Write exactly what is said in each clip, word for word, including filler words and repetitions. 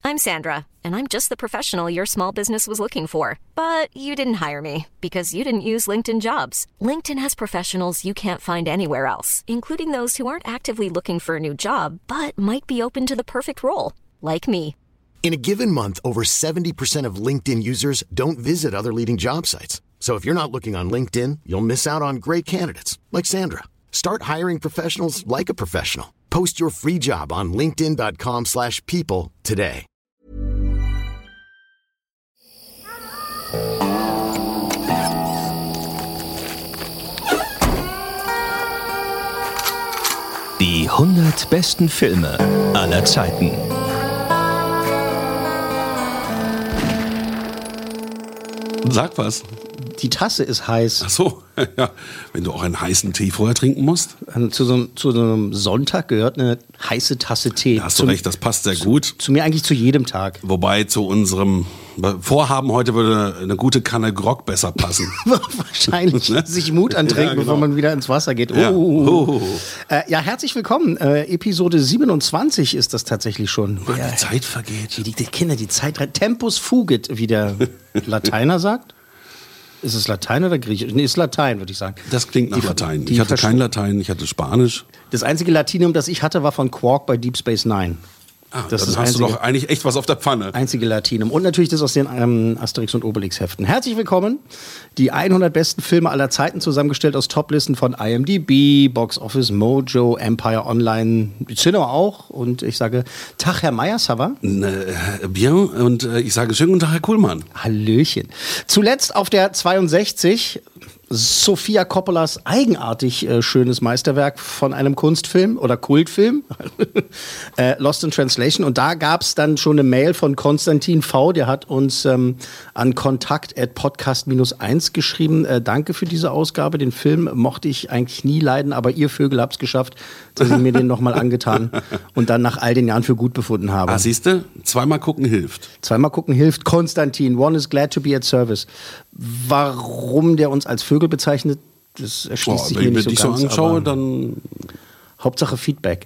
I'm Sandra, and I'm just the professional your small business was looking for. But you didn't hire me because you didn't use LinkedIn Jobs. LinkedIn has professionals you can't find anywhere else, including those who aren't actively looking for a new job, but might be open to the perfect role, like me. In a given month, over seventy percent of LinkedIn users don't visit other leading job sites. So if you're not looking on LinkedIn, you'll miss out on great candidates like Sandra. Start hiring professionals like a professional. Post your free job on linkedin dot com slash people today. Die hundert besten Filme aller Zeiten. Sag was. Die Tasse ist heiß. Ach so, ja. Wenn du auch einen heißen Tee vorher trinken musst. Zu so, zu so einem Sonntag gehört eine heiße Tasse Tee. Da hast du recht, das passt sehr gut. Zu, zu mir eigentlich zu jedem Tag. Wobei zu unserem Vorhaben heute würde eine gute Kanne Grog besser passen. Wahrscheinlich. Ne? Sich Mut antrinken, ja, genau. Bevor man wieder ins Wasser geht. Oh. Ja. Oh. Äh, ja, herzlich willkommen. Äh, Episode siebenundzwanzig ist das tatsächlich schon. Mann, die Zeit vergeht. Die, die Kinder, die Zeit rennt. Tempus fugit, wie der Lateiner sagt. Ist es Latein oder Griechisch? Nee, ist Latein, würde ich sagen. Das klingt nach die, Latein. Die ich hatte kein Latein, ich hatte Spanisch. Das einzige Latinum, das ich hatte, war von Quark bei Deep Space Nine. Ah, das dann ist hast einzige, du doch eigentlich echt was auf der Pfanne. Einzige Latinum. Und natürlich das aus den ähm, Asterix und Obelix Heften. Herzlich willkommen. Die hundert besten Filme aller Zeiten, zusammengestellt aus Toplisten von I M D B, Box Office Mojo, Empire Online, Cinema auch. Und ich sage, Tag, Herr Meier, ça va? Äh, bien. Und äh, ich sage, schönen guten Tag, Herr Kuhlmann. Hallöchen. Zuletzt auf der zweiundsechzig... Sofia Coppolas eigenartig äh, schönes Meisterwerk von einem Kunstfilm oder Kultfilm, äh, Lost in Translation. Und da gab es dann schon eine Mail von Konstantin V., der hat uns ähm, an kontakt at podcast eins geschrieben. Äh, danke für diese Ausgabe. Den Film mochte ich eigentlich nie leiden, aber ihr Vögel habt es geschafft, dass ich mir den nochmal angetan und dann nach all den Jahren für gut befunden habe. Ah, siehst du? Zweimal gucken hilft. Zweimal gucken hilft. Konstantin, one is glad to be at service. Warum der uns als Vögel bezeichnet, das erschließt Boah, sich wenn mir ich nicht dich so ganz. so anschaue, dann... Hauptsache Feedback.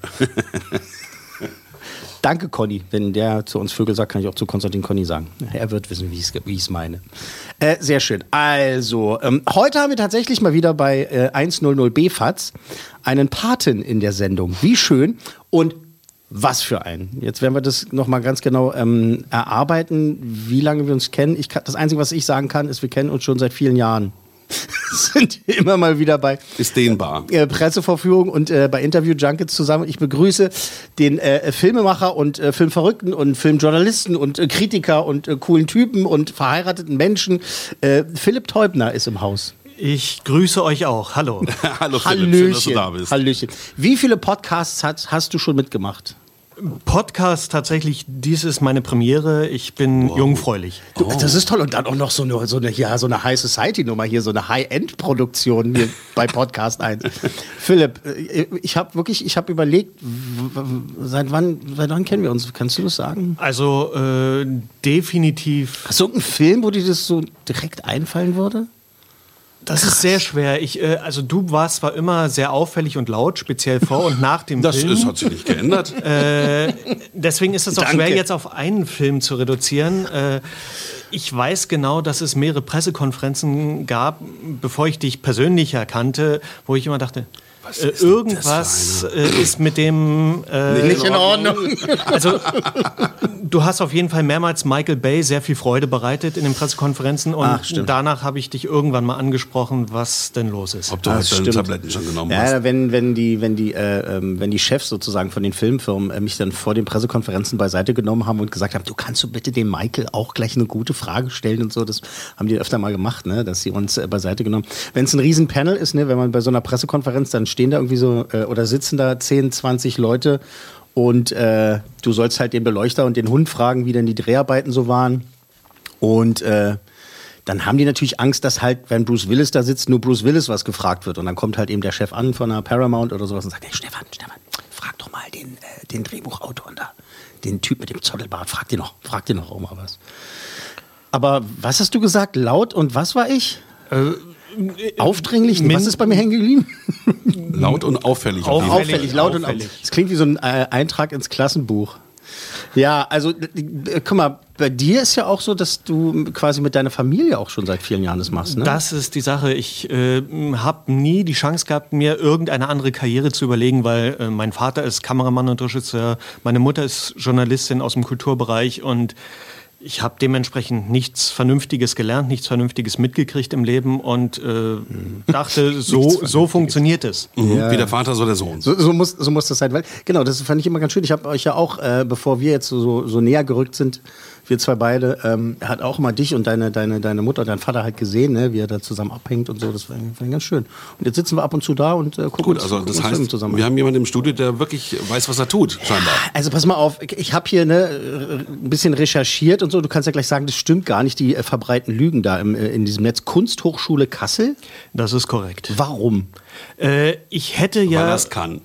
Danke, Conny. Wenn der zu uns Vögel sagt, kann ich auch zu Konstantin Conny sagen. Er wird wissen, wie ich es meine. Äh, sehr schön. Also, ähm, heute haben wir tatsächlich mal wieder bei äh, hundert B F A Z einen Paten in der Sendung. Wie schön. Und was für einen. Jetzt werden wir das nochmal ganz genau ähm, erarbeiten, wie lange wir uns kennen. Ich kann, das Einzige, was ich sagen kann, ist, wir kennen uns schon seit vielen Jahren. Sind immer mal wieder bei ist dehnbar. Äh, Pressevorführungen und äh, bei Interview-Junkets zusammen. Ich begrüße den äh, Filmemacher und äh, Filmverrückten und Filmjournalisten und äh, Kritiker und äh, coolen Typen und verheirateten Menschen. Äh, Philipp Teubner ist im Haus. Ich grüße euch auch. Hallo. Hallo Philipp, Hallöchen. schön, dass du da bist. Hallöchen. Wie viele Podcasts hast, hast du schon mitgemacht? Podcast tatsächlich, dies ist meine Premiere. Ich bin wow. jungfräulich. Du, das ist toll. Und dann auch noch so eine, so eine, ja, so eine High-Society-Nummer hier, so eine High-End-Produktion hier bei Podcast eins. Philipp, ich habe wirklich, ich habe überlegt, seit wann, seit wann kennen wir uns? Kannst du das sagen? Also äh, definitiv. Hast du irgendeinen Film, wo dir das so direkt einfallen würde? Das Krass. ist sehr schwer. Ich, äh, also du warst zwar immer sehr auffällig und laut, speziell vor und nach dem das Film. Das hat sich nicht geändert. Äh, deswegen ist es auch Danke. schwer, jetzt auf einen Film zu reduzieren. Äh, ich weiß genau, dass es mehrere Pressekonferenzen gab, bevor ich dich persönlich erkannte, wo ich immer dachte, Was äh, ist denn irgendwas das für äh, ist mit dem... Äh, Nicht in Ordnung. Also du hast auf jeden Fall mehrmals Michael Bay sehr viel Freude bereitet in den Pressekonferenzen und Ach, stimmt. danach habe ich dich irgendwann mal angesprochen, was denn los ist. Ob du Ah, halt deine stimmt. Tabletten schon genommen Ja, hast. wenn, wenn, die, wenn, die, äh, ähm, wenn die Chefs sozusagen von den Filmfirmen äh, mich dann vor den Pressekonferenzen beiseite genommen haben und gesagt haben, du kannst du bitte dem Michael auch gleich eine gute Frage stellen und so, das haben die öfter mal gemacht, ne, dass sie uns äh, beiseite genommen. Wenn es ein Riesenpanel ist, ne, wenn man bei so einer Pressekonferenz, dann stehen da irgendwie so äh, oder sitzen da zehn, zwanzig Leute und äh, du sollst halt den Beleuchter und den Hund fragen, wie denn die Dreharbeiten so waren. Und äh, dann haben die natürlich Angst, dass halt, wenn Bruce Willis da sitzt, nur Bruce Willis was gefragt wird. Und dann kommt halt eben der Chef an von einer Paramount oder sowas und sagt, hey Stefan, Stefan, frag doch mal den, äh, den Drehbuchautor da, den Typ mit dem Zottelbart, frag den noch, frag den noch auch mal was. Aber was hast du gesagt? Laut und was war ich? Äh, Aufdringlich? Min- was ist bei mir hängen geblieben? Laut und auffällig. Auffällig. auf jeden Fall. Auffällig, laut und auffällig. auffällig. Das klingt wie so ein äh, Eintrag ins Klassenbuch. Ja, also äh, guck mal, bei dir ist ja auch so, dass du quasi mit deiner Familie auch schon seit vielen Jahren das machst, ne? Das ist die Sache. Ich äh, habe nie die Chance gehabt, mir irgendeine andere Karriere zu überlegen, weil äh, mein Vater ist Kameramann und Regisseur, meine Mutter ist Journalistin aus dem Kulturbereich und ich habe dementsprechend nichts Vernünftiges gelernt, nichts Vernünftiges mitgekriegt im Leben und äh, dachte, so, so funktioniert es. Mhm. Ja. Wie der Vater, so der Sohn. So, so, muss, so muss das sein. Weil, genau, das fand ich immer ganz schön. Ich habe euch ja auch, äh, bevor wir jetzt so, so näher gerückt sind, wir zwei beide, ähm, hat auch mal dich und deine, deine, deine Mutter und dein Vater halt gesehen, ne, wie er da zusammen abhängt und so. Das war, war ganz schön. Und jetzt sitzen wir ab und zu da und äh, gucken Gut, uns, also gucken das uns heißt, Filme zusammen. wir haben jemanden im Studio, der wirklich weiß, was er tut, scheinbar. Also pass mal auf, ich habe hier ne, ein bisschen recherchiert und so. Du kannst ja gleich sagen, das stimmt gar nicht, die äh, verbreiten Lügen da im, äh, in diesem Netz. Kunsthochschule Kassel? Das ist korrekt. Warum? Äh, ich hätte ja... Weil er es kann.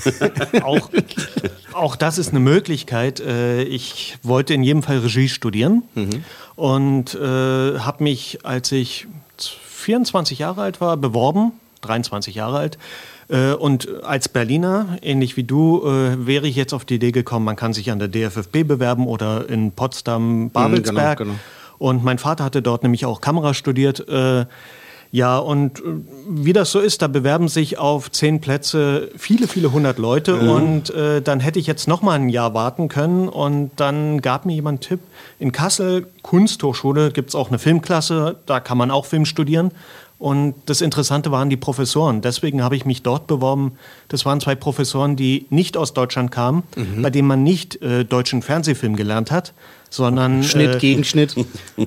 auch, auch das ist eine Möglichkeit. Äh, ich wollte in jedem Fall Regie studieren mhm. und äh, habe mich, als ich vierundzwanzig Jahre alt war, beworben, dreiundzwanzig Jahre alt. Äh, und als Berliner, ähnlich wie du, äh, wäre ich jetzt auf die Idee gekommen, man kann sich an der D F F B bewerben oder in Potsdam, Babelsberg. Mhm, genau, genau. Und mein Vater hatte dort nämlich auch Kamera studiert. Äh, Ja, und wie das so ist, da bewerben sich auf zehn Plätze viele, viele hundert Leute mhm. und äh, dann hätte ich jetzt noch mal ein Jahr warten können und dann gab mir jemand einen Tipp, in Kassel, Kunsthochschule, gibt es auch eine Filmklasse, da kann man auch Film studieren und das Interessante waren die Professoren, deswegen habe ich mich dort beworben. Das waren zwei Professoren, die nicht aus Deutschland kamen, mhm. bei denen man nicht äh, deutschen Fernsehfilm gelernt hat, sondern Schnitt, äh, Gegenschnitt.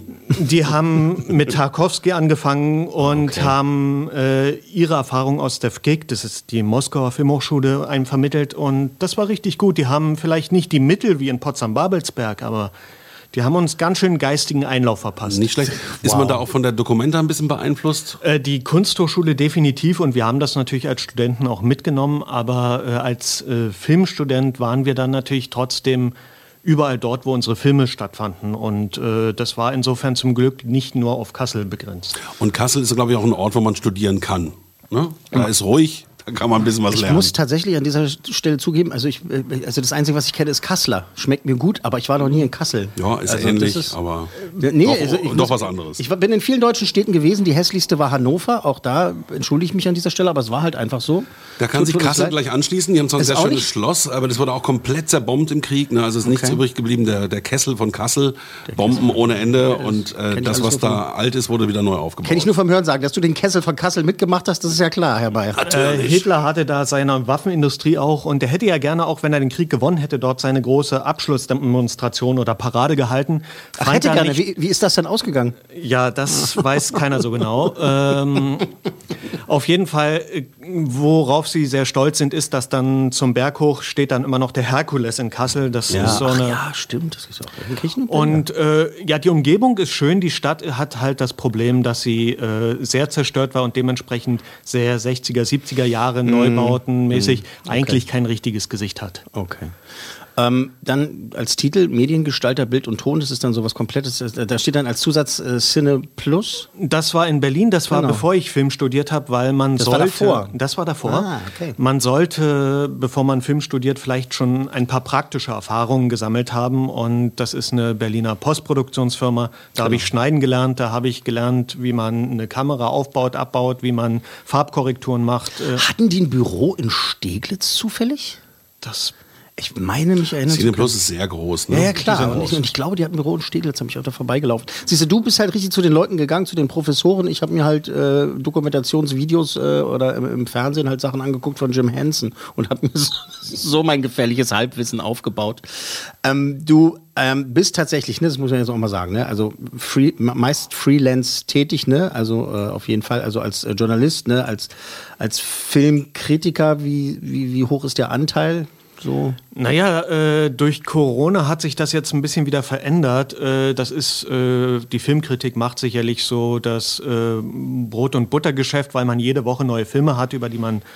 Die haben mit Tarkowski angefangen und okay. haben äh, ihre Erfahrung aus der F G I K, das ist die Moskauer Filmhochschule, einem vermittelt und das war richtig gut. Die haben vielleicht nicht die Mittel wie in Potsdam-Babelsberg, aber die haben uns ganz schön geistigen Einlauf verpasst. Nicht schlecht. Ist wow. man da auch von der Documenta ein bisschen beeinflusst? Äh, die Kunsthochschule definitiv und wir haben das natürlich als Studenten auch mitgenommen, aber äh, als äh, Filmstudent waren wir dann natürlich trotzdem überall dort, wo unsere Filme stattfanden. Und äh, das war insofern zum Glück nicht nur auf Kassel begrenzt. Und Kassel ist, glaube ich, auch ein Ort, wo man studieren kann. Ne? Da ist ruhig, da kann man ein bisschen was ich lernen. Ich muss tatsächlich an dieser Stelle zugeben, also, ich, also das Einzige, was ich kenne, ist Kassler. Schmeckt mir gut, aber ich war noch nie in Kassel. Ja, ist also ähnlich, ist, aber nee, doch, also ich doch muss, was anderes. Ich bin in vielen deutschen Städten gewesen, die hässlichste war Hannover. Auch da entschuldige ich mich an dieser Stelle, aber es war halt einfach so. Da kann sich Kassel gleich anschließen. Die haben zwar ein sehr schönes nicht? Schloss, aber das wurde auch komplett zerbombt im Krieg. Ne? Also es ist okay. nichts übrig geblieben. Der, der Kessel von Kassel, der Bomben Kessel. ohne Ende. Und äh, das, was da alt ist, wurde wieder neu aufgebaut. Kenne ich nur vom Hören sagen. Dass du den Kessel von Kassel mitgemacht hast, das ist ja klar, Herr Bayer. Äh, Hitler hatte da seine Waffenindustrie auch. Und der hätte ja gerne auch, wenn er den Krieg gewonnen hätte, dort seine große Abschlussdemonstration oder Parade gehalten. Ach, hätte gerne. Wie, wie ist das denn ausgegangen? Ja, das weiß keiner so genau. Ähm, auf jeden Fall, worauf sie sehr stolz sind, ist, dass dann zum Berg hoch steht dann immer noch der Herkules in Kassel. Das ja. ist so eine. Ach ja, stimmt. Das ist auch und äh, ja, die Umgebung ist schön. Die Stadt hat halt das Problem, dass sie äh, sehr zerstört war und dementsprechend sehr sechziger, siebziger Jahre mm. Neubautenmäßig mm. eigentlich okay. kein richtiges Gesicht hat. Okay. Ähm, dann als Titel Mediengestalter, Bild und Ton, das ist dann sowas Komplettes. Da steht dann als Zusatz äh, Cine Plus. Das war in Berlin, das war genau. bevor ich Film studiert habe, weil man das sollte... Das war davor? Das war davor. Ah, okay. Man sollte, bevor man Film studiert, vielleicht schon ein paar praktische Erfahrungen gesammelt haben und das ist eine Berliner Postproduktionsfirma. Da genau. habe ich schneiden gelernt, da habe ich gelernt, wie man eine Kamera aufbaut, abbaut, wie man Farbkorrekturen macht. Hatten die ein Büro in Steglitz zufällig? Das... Ich meine, mich erinnern Cine Plus ist sehr groß, ne? Ja, ja klar. Und ich, und ich glaube, die hatten ein Büro in Steglitz, habe ich auch da vorbeigelaufen. Siehst du, du bist halt richtig zu den Leuten gegangen, zu den Professoren. Ich habe mir halt äh, Dokumentationsvideos äh, oder im, im Fernsehen halt Sachen angeguckt von Jim Henson und habe mir so, so mein gefährliches Halbwissen aufgebaut. Ähm, du ähm, bist tatsächlich, ne, das muss man jetzt auch mal sagen, ne? Also free, meist Freelance tätig, ne? Also äh, auf jeden Fall, also als äh, Journalist, ne? Als, als Filmkritiker, wie, wie, wie hoch ist der Anteil? So. Naja, äh, durch Corona hat sich das jetzt ein bisschen wieder verändert. Äh, das ist, äh, die Filmkritik macht sicherlich so das äh, Brot- und Buttergeschäft, weil man jede Woche neue Filme hat, über die man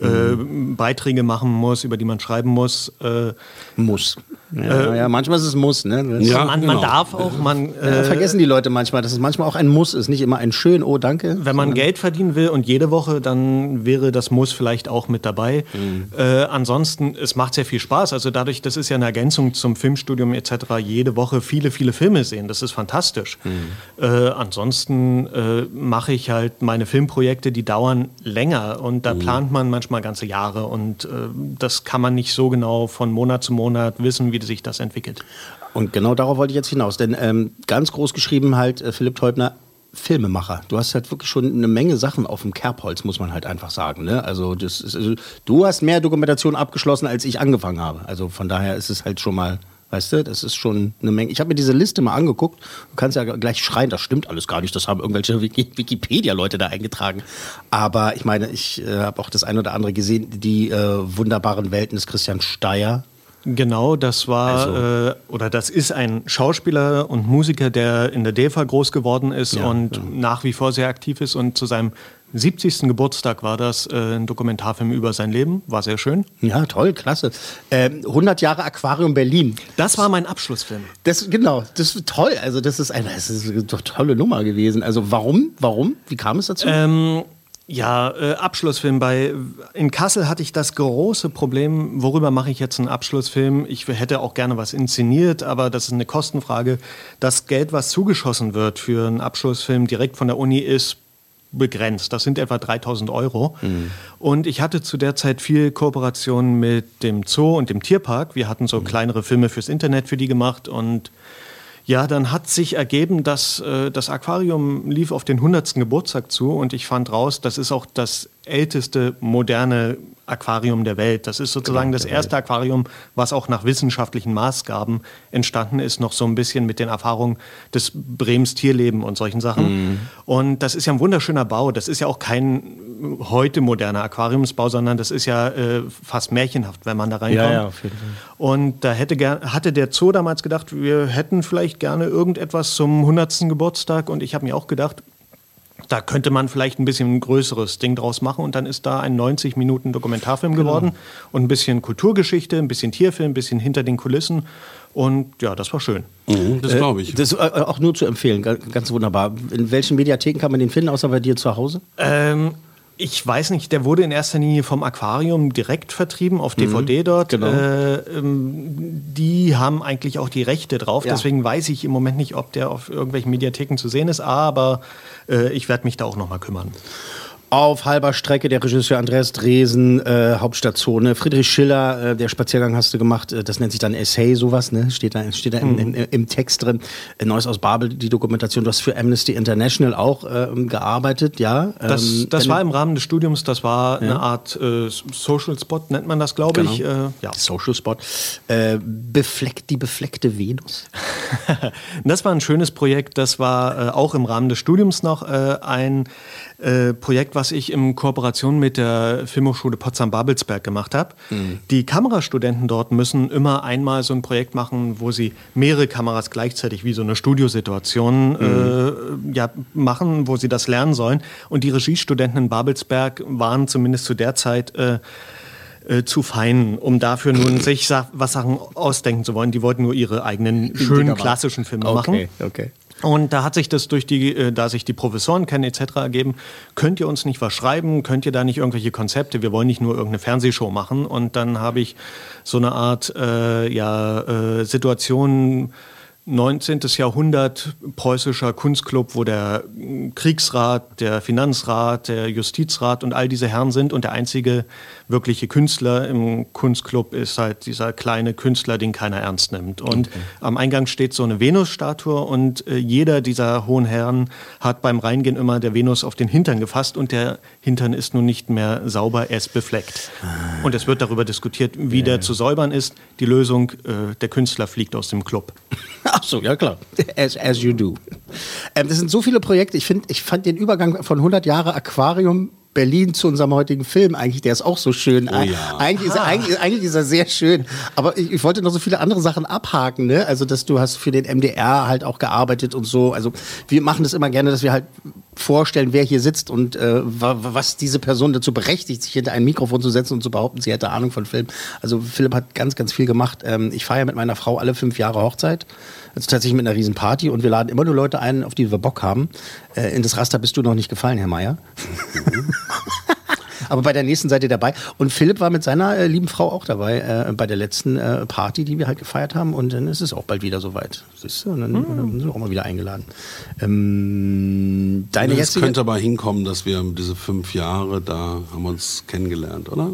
äh, Beiträge machen muss, über die man schreiben muss. Äh, muss. Ja, äh, ja, manchmal ist es muss. Ne? Ja, man, genau. man darf auch. Man, äh, ja, vergessen die Leute manchmal, dass es manchmal auch ein Muss ist, nicht immer ein schön, oh danke. Wenn man Geld verdienen will und jede Woche, dann wäre das Muss vielleicht auch mit dabei. Mhm. Äh, ansonsten, es macht sehr viel Spaß. Also dadurch, das ist ja eine Ergänzung zum Filmstudium et cetera. Jede Woche viele, viele Filme sehen. Das ist fantastisch. Mhm. Äh, ansonsten äh, mache ich halt meine Filmprojekte, die dauern länger und da mhm. plant man manchmal ganze Jahre und äh, das kann man nicht so genau von Monat zu Monat wissen, wie sich das entwickelt. Und genau darauf wollte ich jetzt hinaus, denn ähm, ganz groß geschrieben halt äh, Philipp Teubner, Filmemacher. Du hast halt wirklich schon eine Menge Sachen auf dem Kerbholz, muss man halt einfach sagen. Ne? Also, das ist, also du hast mehr Dokumentation abgeschlossen, als ich angefangen habe. Also von daher ist es halt schon mal, weißt du, das ist schon eine Menge. Ich habe mir diese Liste mal angeguckt. Du kannst ja gleich schreien, das stimmt alles gar nicht. Das haben irgendwelche Wikipedia-Leute da eingetragen. Aber ich meine, ich äh, habe auch das ein oder andere gesehen, die äh, wunderbaren Welten des Christian Steyer. Genau, das war also. äh, oder das ist ein Schauspieler und Musiker, der in der D E F A groß geworden ist ja, und ja. nach wie vor sehr aktiv ist. Und zu seinem siebzigsten Geburtstag war das äh, ein Dokumentarfilm über sein Leben. War sehr schön. Ja, toll, klasse. Ähm, hundert Jahre Aquarium Berlin. Das war mein Abschlussfilm. Das, genau, das ist toll. Also das ist eine, das ist eine tolle Nummer gewesen. Also warum? Warum? Wie kam es dazu? Ähm, Ja, äh, Abschlussfilm. Bei, in Kassel hatte ich das große Problem, worüber mache ich jetzt einen Abschlussfilm? Ich hätte auch gerne was inszeniert, aber das ist eine Kostenfrage. Das Geld, was zugeschossen wird für einen Abschlussfilm direkt von der Uni, ist begrenzt. Das sind etwa dreitausend Euro. Mhm. Und ich hatte zu der Zeit viel Kooperation mit dem Zoo und dem Tierpark. Wir hatten so mhm. kleinere Filme fürs Internet für die gemacht und ja, dann hat sich ergeben, dass äh, das Aquarium lief auf den hundertsten Geburtstag zu und ich fand raus, das ist auch das älteste moderne Aquarium der Welt. Das ist sozusagen genau, das erste Welt. Aquarium, was auch nach wissenschaftlichen Maßgaben entstanden ist, noch so ein bisschen mit den Erfahrungen des Brems Tierleben und solchen Sachen. Mhm. Und das ist ja ein wunderschöner Bau. Das ist ja auch kein heute moderner Aquariumsbau, sondern das ist ja äh, fast märchenhaft, wenn man da reinkommt. Ja, ja, auf jeden Fall. Und da hätte, ger- hatte der Zoo damals gedacht, wir hätten vielleicht gerne irgendetwas zum hundertsten Geburtstag. Und ich habe mir auch gedacht, da könnte man vielleicht ein bisschen ein größeres Ding draus machen. Und dann ist da ein neunzig Minuten Dokumentarfilm genau. geworden. Und ein bisschen Kulturgeschichte, ein bisschen Tierfilm, ein bisschen hinter den Kulissen. Und ja, das war schön. Mhm, das glaube ich. Äh, das ist auch nur zu empfehlen, ganz wunderbar. In welchen Mediatheken kann man den finden, außer bei dir zu Hause? Ähm... Ich weiß nicht, der wurde in erster Linie vom Aquarium direkt vertrieben, auf D V D mhm, dort. Genau. Äh, ähm, die haben eigentlich auch die Rechte drauf, ja. Deswegen weiß ich im Moment nicht, ob der auf irgendwelchen Mediatheken zu sehen ist, aber äh, ich werde mich da auch noch mal kümmern. Auf halber Strecke der Regisseur Andreas Dresen, äh, Hauptstadtzone. Friedrich Schiller, äh, der Spaziergang hast du gemacht, äh, das nennt sich dann Essay, sowas, ne? Steht da, steht da mhm. im, im, im Text drin. Äh, Neues aus Babel, die Dokumentation. Du hast für Amnesty International auch äh, gearbeitet, ja? Ähm, das das war im Rahmen des Studiums, das war ja. eine Art äh, Social Spot, nennt man das, glaube genau. ich. Äh, ja. Social Spot. Äh, befleckt, die befleckte Venus. Das war ein schönes Projekt, das war äh, auch im Rahmen des Studiums noch äh, ein Äh, Projekt, was ich in Kooperation mit der Filmhochschule Potsdam-Babelsberg gemacht habe. Mhm. Die Kamerastudenten dort müssen immer einmal so ein Projekt machen, wo sie mehrere Kameras gleichzeitig wie so eine Studiosituation mhm. äh, ja, machen, wo sie das lernen sollen. Und die Regiestudenten in Babelsberg waren zumindest zu der Zeit äh, Äh, zu fein, um dafür nun sich sa- was Sachen ausdenken zu wollen. Die wollten nur ihre eigenen schönen klassischen Filme okay, machen. Okay. Und da hat sich das durch die, äh, da sich die Professoren kennen et cetera ergeben, könnt ihr uns nicht was schreiben, könnt ihr da nicht irgendwelche Konzepte, wir wollen nicht nur irgendeine Fernsehshow machen. Und dann habe ich so eine Art äh, ja, äh, Situation, neunzehnten. Jahrhundert, preußischer Kunstclub, wo der Kriegsrat, der Finanzrat, der Justizrat und all diese Herren sind und der einzige wirkliche Künstler im Kunstclub ist halt dieser kleine Künstler, den keiner ernst nimmt. Und okay. am Eingang steht so eine Venus-Statue und äh, jeder dieser hohen Herren hat beim Reingehen immer der Venus auf den Hintern gefasst und der Hintern ist nun nicht mehr sauber, er ist befleckt. Ah. Und es wird darüber diskutiert, wie yeah. der zu säubern ist. Die Lösung, äh, der Künstler fliegt aus dem Club. Ach so, ja klar. As, as you do. Ähm, das sind so viele Projekte. Ich finde, ich fand den Übergang von hundert Jahre Aquarium Berlin zu unserem heutigen Film eigentlich, der ist auch so schön. Oh ja. Eigentlich, ist er, eigentlich, eigentlich ist er sehr schön. Aber ich, ich wollte noch so viele andere Sachen abhaken, ne? Also, dass du hast für den M D R halt auch gearbeitet und so. Also, wir machen das immer gerne, dass wir halt vorstellen, wer hier sitzt und äh, was diese Person dazu berechtigt, sich hinter ein Mikrofon zu setzen und zu behaupten, sie hätte Ahnung von Film. Also Philipp hat ganz, ganz viel gemacht. Ähm, ich feiere mit meiner Frau alle fünf Jahre Hochzeit. Also tatsächlich mit einer riesen Party und wir laden immer nur Leute ein, auf die wir Bock haben. Äh, in das Raster bist du noch nicht gefallen, Herr Meier. Aber bei der nächsten seid ihr dabei. Und Philipp war mit seiner äh, lieben Frau auch dabei äh, bei der letzten äh, Party, die wir halt gefeiert haben. Und dann ist es auch bald wieder soweit. Siehst du? Und dann, mm. dann sind wir auch mal wieder eingeladen. Ähm, deine Es könnte aber hinkommen, dass wir diese fünf Jahre, da haben wir uns kennengelernt, oder?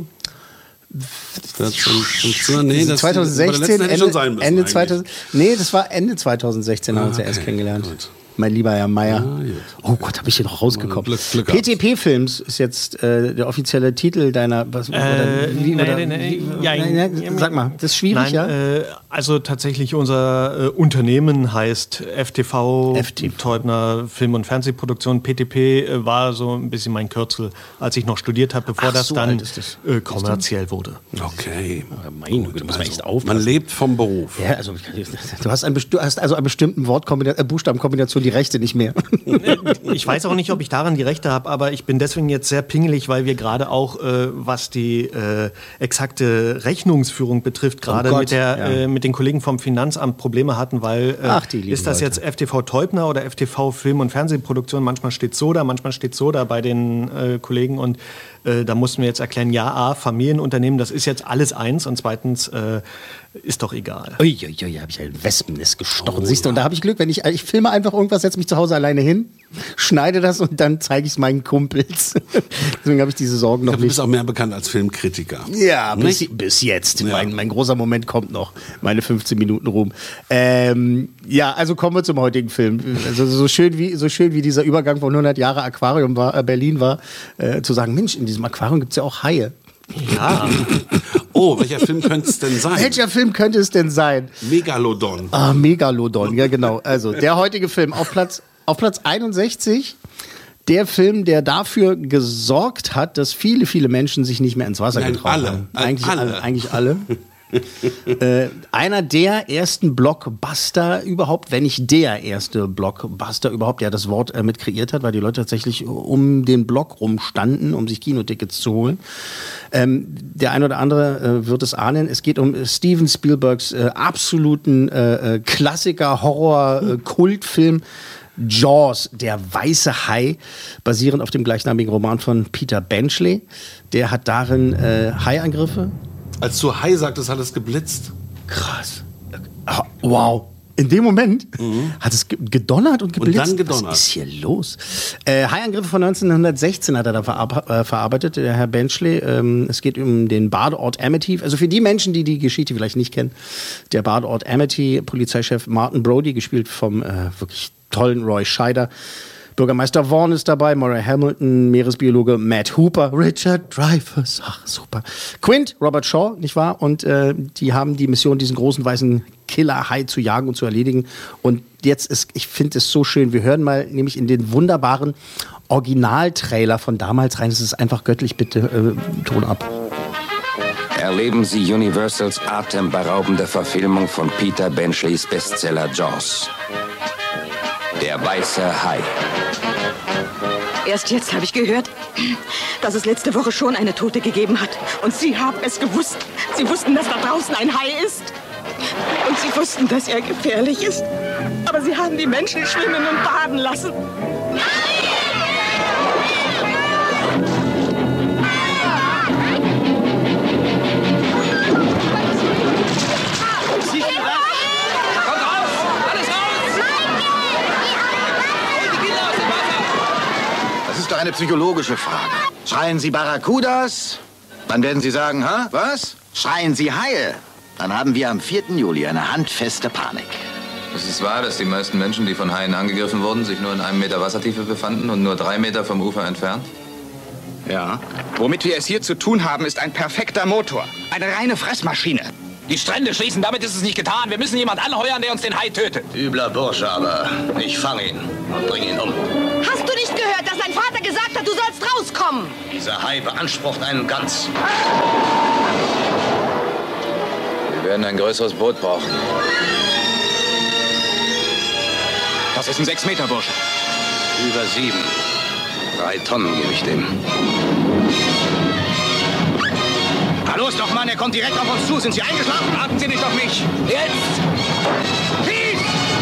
vierzehn, fünfzehn, nee, das zwanzig sechzehn, Ende, schon sein müssen, Ende zweitausend, nee, das war Ende zwanzig sechzehn, ah, haben wir uns ja erst kennengelernt. Gut. Mein lieber Herr Meier. Ah, oh Gott, habe ich hier noch rausgekommen. Glück, Glück P T P-Films ist jetzt äh, der offizielle Titel deiner... Was, äh, oder, wie, nein, oder, nein, nein, wie, ja, nein, nein, sag mal, das ist schwierig, nein, ja? Äh, also tatsächlich unser äh, Unternehmen heißt F T V, F T V, Teubner Film- und Fernsehproduktion. P T P äh, war so ein bisschen mein Kürzel, als ich noch studiert habe, bevor Ach, das so dann das. Äh, kommerziell wurde. Okay. Meine Güte, muss man echt aufpassen. Man lebt vom Beruf. Ja, also du hast, ein, du hast also an bestimmten Wortkombina- äh, Buchstabenkombinationen die Rechte nicht mehr. Ich weiß auch nicht, ob ich daran die Rechte habe, aber ich bin deswegen jetzt sehr pingelig, weil wir gerade auch, äh, was die äh, exakte Rechnungsführung betrifft, gerade oh mit, der, ja. äh, mit den Kollegen vom Finanzamt Probleme hatten, weil äh, Ach, ist das Leute. Jetzt F T V Teubner oder F T V Film- und Fernsehproduktion? Manchmal steht so da, manchmal steht so da bei den äh, Kollegen und äh, da mussten wir jetzt erklären, ja, A, Familienunternehmen, das ist jetzt alles eins und zweitens äh, ist doch egal. Uiuiui, habe ich ein Wespennest gestochen. Oh, Siehst du, und da habe ich Glück, wenn ich, ich filme einfach irgendwas, setze mich zu Hause alleine hin, schneide das und dann zeige ich es meinen Kumpels. Deswegen habe ich diese Sorgen noch ich glaub, nicht. Du bist auch mehr bekannt als Filmkritiker. Ja, bis, bis jetzt. Ja. Mein, mein großer Moment kommt noch. Meine fünfzehn Minuten Ruhm. Ähm, ja, also kommen wir zum heutigen Film. Also so schön wie, so schön wie dieser Übergang von hundert Jahre Aquarium war, äh, Berlin war, äh, zu sagen, Mensch, in diesem Aquarium gibt es ja auch Haie. Ja. Oh, welcher Film könnte es denn sein? Welcher Film könnte es denn sein? Megalodon. Ah, Megalodon, ja genau. Also der heutige Film auf Platz, auf Platz einundsechzig. Der Film, der dafür gesorgt hat, dass viele, viele Menschen sich nicht mehr ins Wasser Nein, getraut alle. haben. Eigentlich alle. alle. Eigentlich alle. äh, einer der ersten Blockbuster überhaupt, wenn nicht der erste Blockbuster überhaupt, der das Wort äh, mit kreiert hat, weil die Leute tatsächlich um den Block rumstanden, um sich Kinotickets zu holen. Ähm, der ein oder andere äh, wird es ahnen. Es geht um Steven Spielbergs äh, absoluten äh, Klassiker, Horror, äh, Kultfilm Jaws, der weiße Hai, basierend auf dem gleichnamigen Roman von Peter Benchley. Der hat darin äh, Haiangriffe. Als du Hai sagtest, hat es geblitzt. Krass. Wow. In dem Moment mhm. hat es gedonnert und geblitzt. Und dann gedonnert. Was ist hier los? Äh, Haiangriffe von neunzehnhundertsechzehn hat er da verab- äh, verarbeitet, der Herr Benchley. Ähm, es geht um den Badeort Amity. Also für die Menschen, die die Geschichte vielleicht nicht kennen, der Badeort Amity, Polizeichef Martin Brody, gespielt vom äh, wirklich tollen Roy Scheider. Bürgermeister Vaughn ist dabei, Murray Hamilton, Meeresbiologe Matt Hooper, Richard Dreyfuss, ach super, Quint, Robert Shaw, nicht wahr? Und äh, die haben die Mission, diesen großen weißen Killer-Hai zu jagen und zu erledigen. Und jetzt ist, ich finde es so schön, wir hören mal nämlich in den wunderbaren Originaltrailer von damals rein. Es ist einfach göttlich, bitte äh, Ton ab. Erleben Sie Universals atemberaubende Verfilmung von Peter Benchleys Bestseller Jaws. Der weiße Hai. Erst jetzt habe ich gehört, dass es letzte Woche schon eine Tote gegeben hat. Und Sie haben es gewusst. Sie wussten, dass da draußen ein Hai ist. Und Sie wussten, dass er gefährlich ist. Aber Sie haben die Menschen schwimmen und baden lassen. Eine psychologische Frage. Schreien Sie Barracudas? Dann werden Sie sagen, ha, was? Schreien Sie Haie? Dann haben wir am vierten Juli eine handfeste Panik. Es ist wahr, dass die meisten Menschen, die von Haien angegriffen wurden, sich nur in einem Meter Wassertiefe befanden und nur drei Meter vom Ufer entfernt? Ja. Womit wir es hier zu tun haben, ist ein perfekter Motor. Eine reine Fressmaschine. Die Strände schließen, damit ist es nicht getan. Wir müssen jemand anheuern, der uns den Hai tötet. Übler Bursche, aber ich fange ihn und bringe ihn um. Hast du nicht gehört, dass dein Vater gesagt hat, du sollst rauskommen? Dieser Hai beansprucht einen Ganz. Wir werden ein größeres Boot brauchen. Das ist ein sechs Meter Bursche. Über sieben. Drei Tonnen gebe ich dem. Na los doch, Mann, er kommt direkt auf uns zu. Sind Sie eingeschlafen? Warten Sie nicht auf mich. Jetzt! Schieß!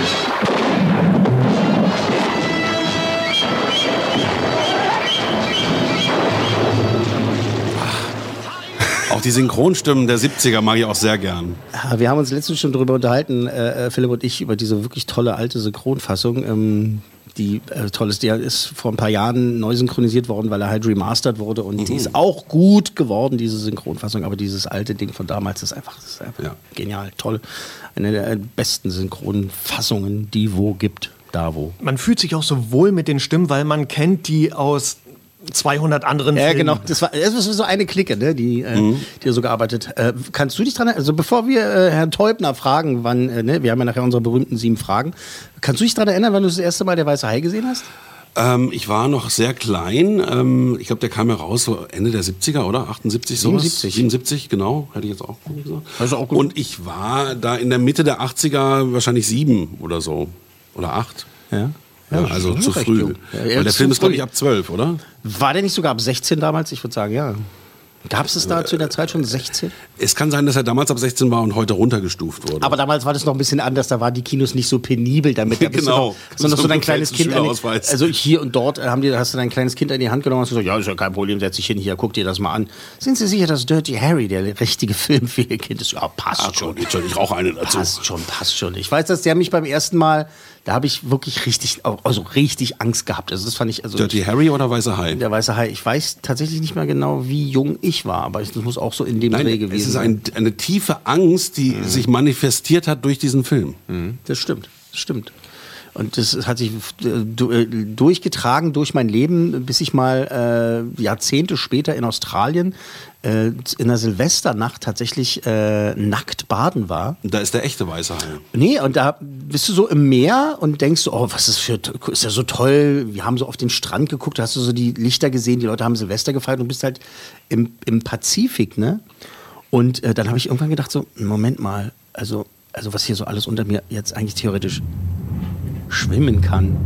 Auch die Synchronstimmen der siebziger mag ich auch sehr gern. Ja, wir haben uns letztens schon darüber unterhalten, äh, Philipp und ich, über diese wirklich tolle alte Synchronfassung. Ähm, die äh, toll ist, die ist vor ein paar Jahren neu synchronisiert worden, weil er halt remastered wurde und mhm. die ist auch gut geworden, diese Synchronfassung. Aber dieses alte Ding von damals ist einfach, das ist einfach ja. genial, toll. Eine der besten Synchronfassungen, die wo gibt, da wo. Man fühlt sich auch so wohl mit den Stimmen, weil man kennt die aus zweihundert anderen ja, Filmen. Ja, genau. Das war, das war so eine Clique, ne, die, äh, mhm. die so gearbeitet. Äh, kannst du dich dran erinnern? Also bevor wir äh, Herrn Teubner fragen, wann, äh, ne, wir haben ja nachher unsere berühmten sieben Fragen. Kannst du dich daran erinnern, wann du das erste Mal der Weiße Hai gesehen hast? Ähm, ich war noch sehr klein. Ähm, ich glaube, der kam ja raus so Ende der siebziger, oder? achtundsiebzig, sowas? siebenundsiebzig. siebenundsiebzig, genau. Hätte ich jetzt auch gesagt. Also auch gut. Und ich war da in der Mitte der achtziger wahrscheinlich sieben oder so. Oder acht. Ja. Ja, Ja, also zu recht früh. jung. Ja, Weil der Film ist, glaube ich, ab zwölf, oder? War der nicht sogar ab sechzehn damals? Ich würde sagen, ja. Gab es es da zu der Zeit schon sechzehn? Es kann sein, dass er damals ab sechzehn war und heute runtergestuft wurde. Aber damals war das noch ein bisschen anders, da waren die Kinos nicht so penibel damit. Da genau. Noch, sondern so dein kleines Kind. An die, also hier und dort haben die, hast du dein kleines Kind in die Hand genommen und hast gesagt, ja, ist ja kein Problem, setz dich hin, hier, guck dir das mal an. Sind Sie sicher, dass Dirty Harry der richtige Film für Ihr Kind ist? Ja, passt Ach, schon. schon. Ich rauche eine dazu. Passt schon, passt schon. Ich weiß, dass der mich beim ersten Mal, da habe ich wirklich richtig, also richtig Angst gehabt. Also das fand ich, also Dirty Harry oder Weiße Hai? Der Weiße Hai. Ich weiß tatsächlich nicht mehr genau, wie jung ich war, aber das muss auch so in dem Dreh gewesen sein. Es ist ein, eine tiefe Angst, die mhm. sich manifestiert hat durch diesen Film. Mhm. Das stimmt, das stimmt. Und das hat sich durchgetragen durch mein Leben, bis ich mal äh, Jahrzehnte später in Australien äh, in der Silvesternacht tatsächlich äh, nackt baden war. Und da ist der echte Weiße Hai. Nee, und da bist du so im Meer und denkst so, oh, was ist für, ist ja so toll. Wir haben so auf den Strand geguckt, da hast du so die Lichter gesehen, die Leute haben Silvester gefeiert und bist halt im, im Pazifik, ne? Und äh, dann habe ich irgendwann gedacht so, Moment mal, also, also was hier so alles unter mir jetzt eigentlich theoretisch schwimmen kann.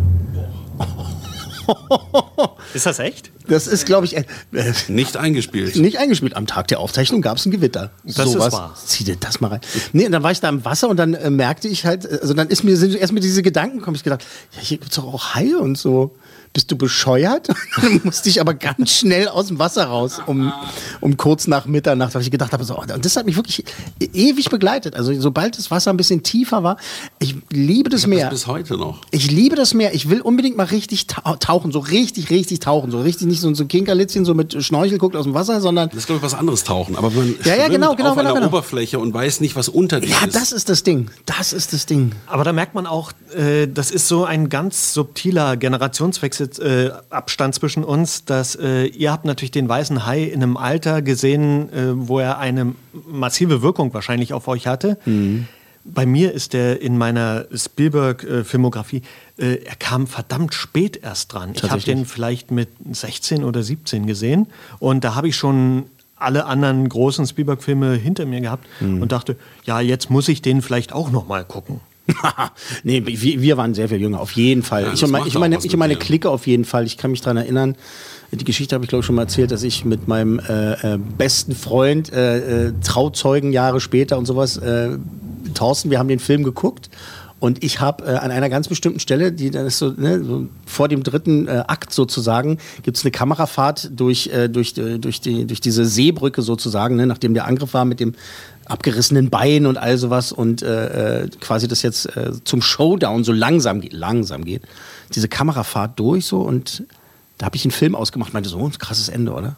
Ist das echt? Das ist, glaube ich, äh, nicht eingespielt. Nicht eingespielt. Am Tag der Aufzeichnung gab es ein Gewitter. Das so ist was. wahr. Zieh dir das mal rein. Nee, und dann war ich da im Wasser und dann äh, merkte ich halt, also dann ist mir sind erst mit diese Gedanken gekommen, ich gedacht, ja, hier gibt's doch auch Haie und so. Bist du bescheuert? Dann musste ich aber ganz schnell aus dem Wasser raus, um, um kurz nach Mitternacht, weil ich gedacht habe, so, und das hat mich wirklich ewig begleitet. Also sobald das Wasser ein bisschen tiefer war, ich liebe das ich Meer. Das bis heute noch. Ich liebe das Meer. Ich will unbedingt mal richtig tauchen, so richtig, richtig tauchen, so richtig nicht so ein so Kinkerlitzchen so mit Schnorchel guckt aus dem Wasser, sondern das ist glaube ich was anderes tauchen. Aber man ja, ja, genau, genau, auf genau, einer genau. Oberfläche und weiß nicht, was unter dir ja, ist. Ja, das ist das Ding. Das ist das Ding. Aber da merkt man auch, äh, das ist so ein ganz subtiler Generationswechsel. Äh, Abstand zwischen uns, dass äh, ihr habt natürlich den Weißen Hai in einem Alter gesehen, äh, wo er eine massive Wirkung wahrscheinlich auf euch hatte. Mhm. Bei mir ist er in meiner Spielberg-Filmografie, äh, er kam verdammt spät erst dran. Ich habe den vielleicht mit sechzehn oder siebzehn gesehen und da habe ich schon alle anderen großen Spielberg-Filme hinter mir gehabt mhm. und dachte, ja, jetzt muss ich den vielleicht auch noch mal gucken. Nee, wir, wir waren sehr viel jünger, auf jeden Fall. Ja, ich und meine, ich meine, ich meine Clique auf jeden Fall. Ich kann mich daran erinnern, die Geschichte habe ich glaube ich schon mal erzählt, dass ich mit meinem äh, besten Freund, äh, äh, Trauzeugen Jahre später und sowas, äh, Thorsten, wir haben den Film geguckt und ich habe äh, an einer ganz bestimmten Stelle, die dann ist so, ne, so vor dem dritten äh, Akt sozusagen, gibt es eine Kamerafahrt durch, äh, durch, äh, durch, die, durch diese Seebrücke sozusagen, ne, nachdem der Angriff war mit dem abgerissenen Bein und all sowas und äh, quasi das jetzt äh, zum Showdown so langsam geht, langsam geht. Diese Kamerafahrt durch so und da habe ich einen Film ausgemacht, meinte so, ein krasses Ende, oder?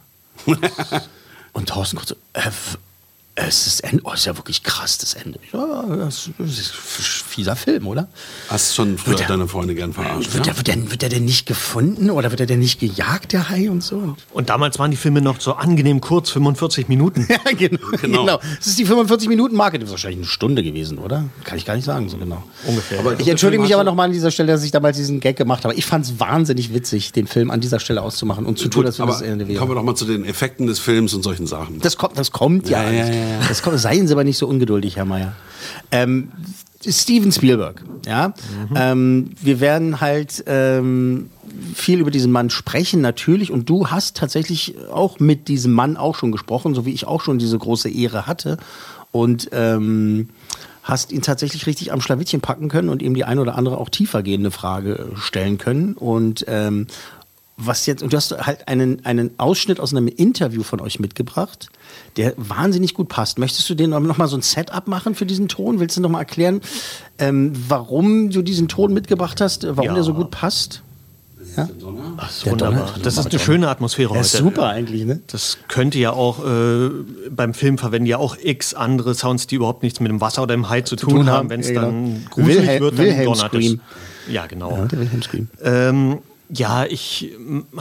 Und Thorsten kurz so, äh, es ist das Ende, oh, ist ja wirklich krass, das Ende. Ja, das ist ein fieser Film, oder? Hast schon früher der, deine Freunde gern verarscht, wird, ja? der, wird, der, wird der denn nicht gefunden oder wird der denn nicht gejagt, der Hai und so? Und damals waren die Filme noch so angenehm kurz, fünfundvierzig Minuten. Ja, genau, genau. genau. Das ist die fünfundvierzig-Minuten-Marke. Das ist wahrscheinlich eine Stunde gewesen, oder? Kann ich gar nicht sagen, so genau. Ungefähr. Aber ich entschuldige mich aber nochmal an dieser Stelle, dass ich damals diesen Gag gemacht habe. Ich fand es wahnsinnig witzig, den Film an dieser Stelle auszumachen und zu tun, als wenn das Ende wäre. Kommen wir doch mal zu den Effekten des Films und solchen Sachen. Das kommt, das kommt ja. ja, ja, ja, ja. Das kommt, seien Sie aber nicht so ungeduldig, Herr Meier. Ähm, Steven Spielberg, ja. Mhm. Ähm, wir werden halt, ähm, viel über diesen Mann sprechen, natürlich. Und du hast tatsächlich auch mit diesem Mann auch schon gesprochen, so wie ich auch schon diese große Ehre hatte. Und ähm, hast ihn tatsächlich richtig am Schlawittchen packen können und ihm die eine oder andere auch tiefergehende Frage stellen können. Und ähm, was jetzt, und du hast halt einen, einen Ausschnitt aus einem Interview von euch mitgebracht, der wahnsinnig gut passt. Möchtest du den noch mal so ein Setup machen für diesen Ton? Willst du noch mal erklären, ähm, warum du diesen Ton mitgebracht hast, warum ja. der so gut passt? Ja? Ach, das ist wunderbar. Das ist eine schöne Atmosphäre heute. Ja, super eigentlich, ne? Das könnte ja auch, äh, beim Film verwenden ja auch x andere Sounds, die überhaupt nichts mit dem Wasser oder dem Hai zu, zu tun, tun haben. Wenn es ja, dann genau. gruselig Wilhelm, wird, dann Wilhelm donnert Scream. es. Ja, genau. Ja, der Wilhelm Scream. Ähm, ja, ich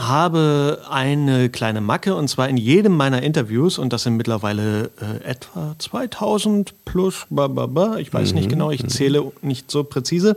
habe eine kleine Macke, und zwar in jedem meiner Interviews, und das sind mittlerweile äh, etwa zweitausend plus, bababa, ich weiß mhm. nicht genau, ich zähle nicht so präzise.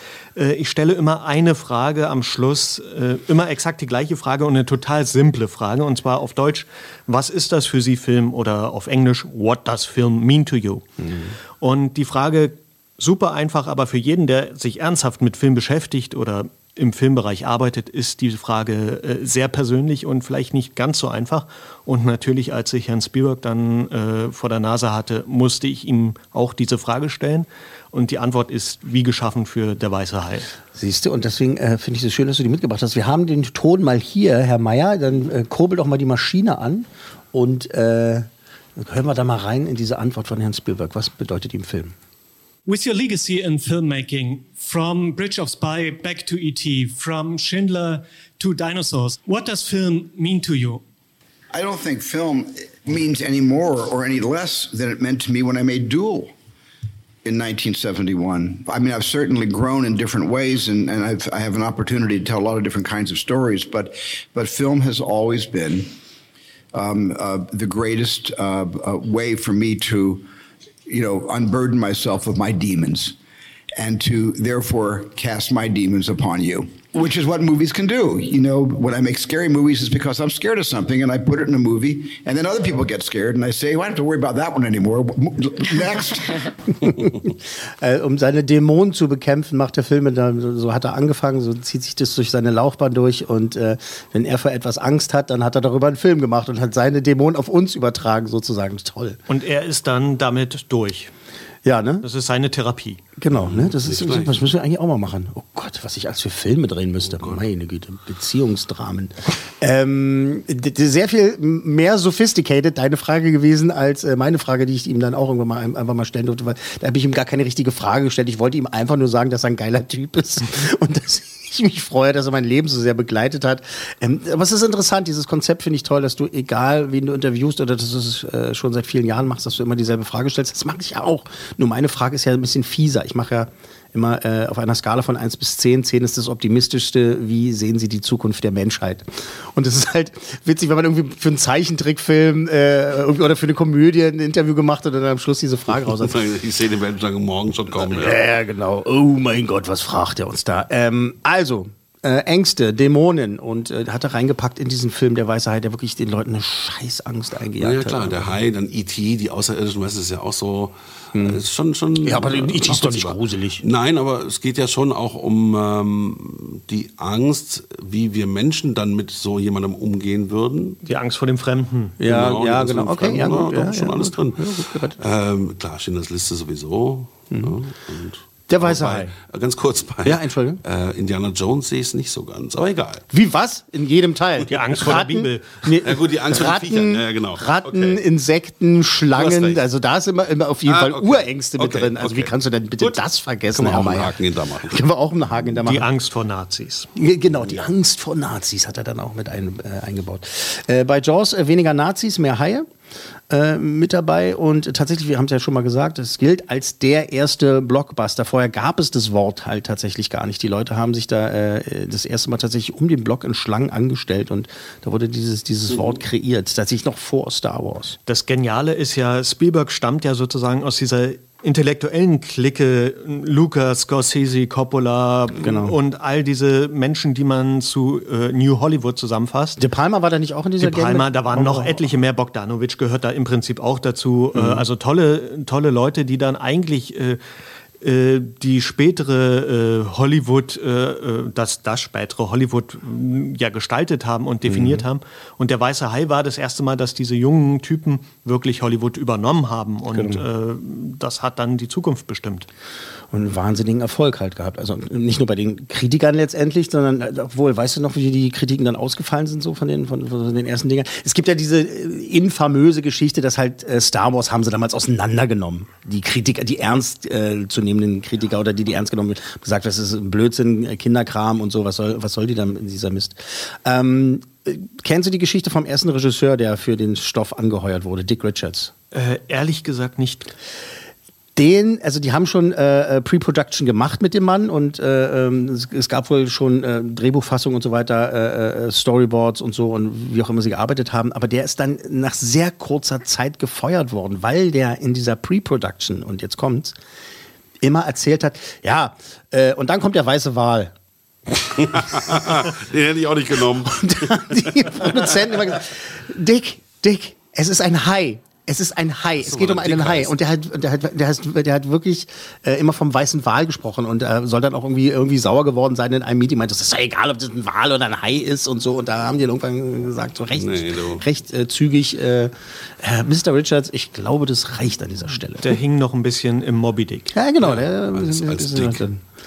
Ich stelle immer eine Frage am Schluss, äh, immer exakt die gleiche Frage und eine total simple Frage, und zwar auf Deutsch: Was ist das für Sie, Film? Oder auf Englisch: What does film mean to you? Mhm. Und die Frage, super einfach, aber für jeden, der sich ernsthaft mit Film beschäftigt oder im Filmbereich arbeitet, ist die Frage äh, sehr persönlich und vielleicht nicht ganz so einfach. Und natürlich, als ich Herrn Spielberg dann äh, vor der Nase hatte, musste ich ihm auch diese Frage stellen. Und die Antwort ist wie geschaffen für Der weiße Hai. Siehst du, und deswegen äh, finde ich es schön, dass du die mitgebracht hast. Wir haben den Ton mal hier, Herr Meyer, dann äh, kurbel doch mal die Maschine an und äh, hören wir da mal rein in diese Antwort von Herrn Spielberg. Was bedeutet ihm Film? With your legacy in filmmaking, from Bridge of Spy back to E T, from Schindler to Dinosaurs, what does film mean to you? I don't think film means any more or any less than it meant to me when I made Duel in nineteen seventy-one. I mean, I've certainly grown in different ways, and, and I've, I have an opportunity to tell a lot of different kinds of stories, but, but film has always been um, uh, the greatest uh, uh, way for me to, you know, unburden myself of my demons and to therefore cast my demons upon you, which is what movies can do. You know, when I make scary movies, it's because I'm scared of something and I put it in a movie, and then other people get scared and I say, well, I don't have to worry about that one anymore. Next. äh, um seine Dämonen zu bekämpfen, macht der Film, so hat er angefangen, so zieht sich das durch seine Laufbahn durch, und äh, wenn er vor etwas Angst hat, dann hat er darüber einen Film gemacht und hat seine Dämonen auf uns übertragen, sozusagen. Toll. Und er ist dann damit durch. Ja, ne? Das ist seine Therapie. Genau, ne? Das ist, was müssen wir eigentlich auch mal machen? Oh Gott, was ich alles für Filme drehen müsste. Oh meine Güte, Beziehungsdramen. ähm, sehr viel mehr sophisticated, deine Frage gewesen, als äh, meine Frage, die ich ihm dann auch irgendwann mal, einfach mal stellen durfte, weil da habe ich ihm gar keine richtige Frage gestellt. Ich wollte ihm einfach nur sagen, dass er ein geiler Typ ist und dass ich mich freue, dass er mein Leben so sehr begleitet hat. Ähm, aber es ist interessant, dieses Konzept finde ich toll, dass du, egal wen du interviewst oder dass du es äh, schon seit vielen Jahren machst, dass du immer dieselbe Frage stellst. Das mache ich ja auch. Nur meine Frage ist ja ein bisschen fieser. Ich mache ja immer äh, auf einer Skala von eins bis zehn. zehn ist das optimistischste. Wie sehen Sie die Zukunft der Menschheit? Und das ist halt witzig, wenn man irgendwie für einen Zeichentrickfilm äh, oder für eine Komödie ein Interview gemacht hat und dann am Schluss diese Frage raus hat. Ich sehe den Weltuntergang morgen schon kommen. Ja, ja, genau. Oh mein Gott, was fragt er uns da? Ähm, also, Äh, Ängste, Dämonen, und äh, hat er reingepackt in diesen Film Der weiße Hai, der wirklich den Leuten eine Scheißangst eingejagt hat. Ja, klar, hat. Der Hai, dann E T, die Außerirdischen, weißt du, ist ja auch so, hm. äh, ist schon, schon... Ja, aber äh, E T ist doch nicht gruselig. Nein, aber es geht ja schon auch um ähm, die Angst, wie wir Menschen dann mit so jemandem umgehen würden. Die Angst vor dem Fremden. Ja, genau, ja, genau. Okay, Fremden, ja, gut, da ja, ist schon ja, alles gut. drin. Ja, ähm, klar, Schindlers Liste sowieso. Mhm. Ja, und Der weiße Hai. Ganz kurz bei ja, Entschuldigung. Äh, Indiana Jones sehe ich es nicht so ganz, aber egal. Wie, was? In jedem Teil? Die Angst vor der Bibel. Nee, ja gut, die Angst Ratten, vor den Viechern. Ja, genau. Ratten, okay. Insekten, Schlangen, also da ist immer, immer auf jeden ah, Fall okay. Urängste mit okay. drin. Also okay. wie kannst du denn bitte gut. das vergessen? Können wir auch einen Haken hinter machen. Können wir auch einen Haken hinter machen. Die Angst vor Nazis. Genau, die Angst vor Nazis hat er dann auch mit ein, äh, eingebaut. Äh, bei Jaws äh, weniger Nazis, mehr Haie. Äh, mit dabei, und tatsächlich, wir haben es ja schon mal gesagt, es gilt als der erste Blockbuster. Vorher gab es das Wort halt tatsächlich gar nicht. Die Leute haben sich da äh, das erste Mal tatsächlich um den Block in Schlangen angestellt, und da wurde dieses, dieses Wort kreiert, tatsächlich noch vor Star Wars. Das Geniale ist ja, Spielberg stammt ja sozusagen aus dieser intellektuellen Clique, Lucas, Scorsese, Coppola, genau, und all diese Menschen, die man zu äh, New Hollywood zusammenfasst. De Palma war da nicht auch in dieser De Palma, da waren noch etliche mehr. Bogdanovich gehört da im Prinzip auch dazu. Mhm. Äh, also tolle, tolle Leute, die dann eigentlich äh, äh, die spätere äh, Hollywood, äh, das, das spätere Hollywood äh, ja gestaltet haben und definiert mhm. haben. Und der Weiße Hai war das erste Mal, dass diese jungen Typen wirklich Hollywood übernommen haben. Und genau. äh, das hat dann die Zukunft bestimmt. Und einen wahnsinnigen Erfolg halt gehabt. Also nicht nur bei den Kritikern letztendlich, sondern, obwohl, weißt du noch, wie die Kritiken dann ausgefallen sind, so von den, von, von den ersten Dingern? Es gibt ja diese infamöse Geschichte, dass halt äh, Star Wars haben sie damals auseinandergenommen. Die Kritiker, die ernst äh, zu nehmenden Kritiker oder die, die ernst genommen wird, gesagt, das ist Blödsinn, Kinderkram und so, was soll, was soll die dann in dieser Mist? Ähm, kennst du die Geschichte vom ersten Regisseur, der für den Stoff angeheuert wurde, Dick Richards? Äh, ehrlich gesagt nicht. Den, also die haben schon äh, Pre-Production gemacht mit dem Mann und äh, es, es gab wohl schon äh, Drehbuchfassungen und so weiter, äh, Storyboards und so und wie auch immer sie gearbeitet haben, aber der ist dann nach sehr kurzer Zeit gefeuert worden, weil der in dieser Pre-Production, und jetzt kommt's, immer erzählt hat, ja, äh, und dann kommt der weiße Wal. Den hätte ich auch nicht genommen. Und dann die Produzenten immer gesagt, Dick, Dick, es ist ein Hai. Es ist ein Hai. Es geht um einen Hai. Und der hat, der hat, der hat, der hat wirklich äh, immer vom weißen Wal gesprochen und äh, soll dann auch irgendwie, irgendwie sauer geworden sein in einem Meeting. Meint, es ist doch egal, ob das ein Wal oder ein Hai ist und so. Und da haben die dann irgendwann gesagt, so recht, nee, recht äh, zügig, äh, äh, Mister Richards, ich glaube, das reicht an dieser Stelle. Der hing noch ein bisschen im Moby Dick. Ja, genau. Der, ja, als, als Dick.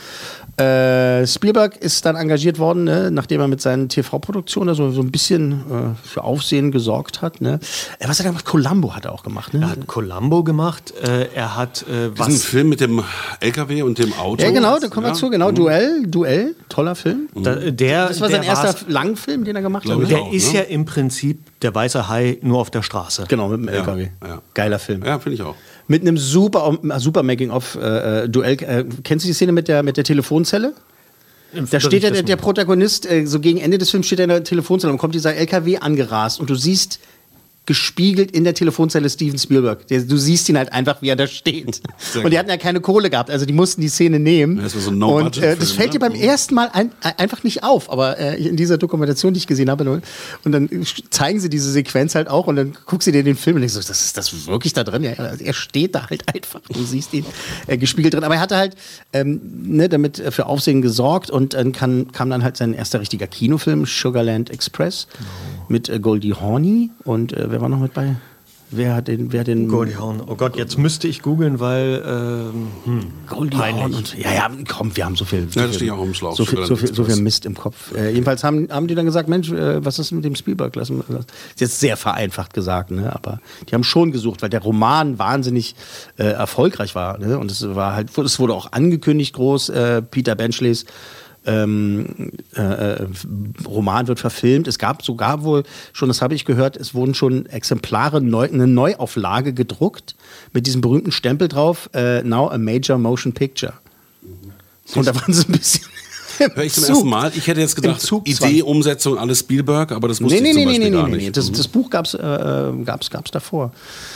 Äh, Spielberg ist dann engagiert worden, ne, nachdem er mit seinen T V-Produktionen also so ein bisschen äh, für Aufsehen gesorgt hat. Ne. Äh, was hat er gemacht? Columbo hat er auch gemacht. Ne? Er hat Columbo gemacht. Äh, er hat äh, was. Diesen Film mit dem L K W und dem Auto. Ja, genau, da kommen wir ja. zu. Genau, mhm. Duell, Duell, toller Film. Mhm. Da, der, das war sein erster Langfilm, den er gemacht hat. Der auch, ist ne? ja im Prinzip der weiße Hai nur auf der Straße. Genau, mit dem ja. L K W. Ja. Geiler Film. Ja, finde ich auch. Mit einem super, super Making-of-Duell. Äh, kennst du die Szene mit der, mit der Telefonzelle? Da steht ja der, der Protagonist, äh, so gegen Ende des Films steht er in der Telefonzelle und kommt dieser L K W angerast und du siehst gespiegelt in der Telefonzelle Steven Spielberg. Der, du siehst ihn halt einfach, wie er da steht. Sehr und die hatten ja keine Kohle gehabt, also die mussten die Szene nehmen. Das war so ein No und äh, das fällt dir beim ersten Mal ein, einfach nicht auf, aber äh, in dieser Dokumentation, die ich gesehen habe, und dann zeigen sie diese Sequenz halt auch und dann guckst du dir den Film und denkst so, das ist das wirklich da drin? Ja, er steht da halt einfach, du siehst ihn äh, gespiegelt drin. Aber er hatte halt ähm, ne, damit für Aufsehen gesorgt und dann kann, kam dann halt sein erster richtiger Kinofilm, Sugarland Express, genau. mit äh, Goldie Hawn und äh, wer war noch mit bei? Wer hat den, wer den? Goldie Hawn. Oh Gott, jetzt müsste ich googeln, weil ähm, hm, Goldie Hawn und ja, ja, komm, wir haben so viel, so ja, das viel, auch im Schlauch, so, viel, so, viel, so viel Mist im Kopf. Äh, jedenfalls haben, haben die dann gesagt, Mensch, äh, was ist mit dem Spielberg? Lassen wir das. Ist jetzt sehr vereinfacht gesagt, ne? Aber die haben schon gesucht, weil der Roman wahnsinnig äh, erfolgreich war, ne? Und es war halt, es wurde auch angekündigt groß, äh, Peter Benchleys Ähm, äh, Roman wird verfilmt. Es gab sogar wohl schon, das habe ich gehört, es wurden schon Exemplare, neu, eine Neuauflage gedruckt mit diesem berühmten Stempel drauf, äh, now a major motion picture. Und da waren sie ein bisschen... Hör ich zum ersten Mal. Ich hätte jetzt gedacht, Idee, Umsetzung, alles Spielberg, aber das wusste nee, ich nee, zum nee, Beispiel nee, gar nee, nicht. Nee. Das, das Buch gab's, äh, gab's, gab's davor.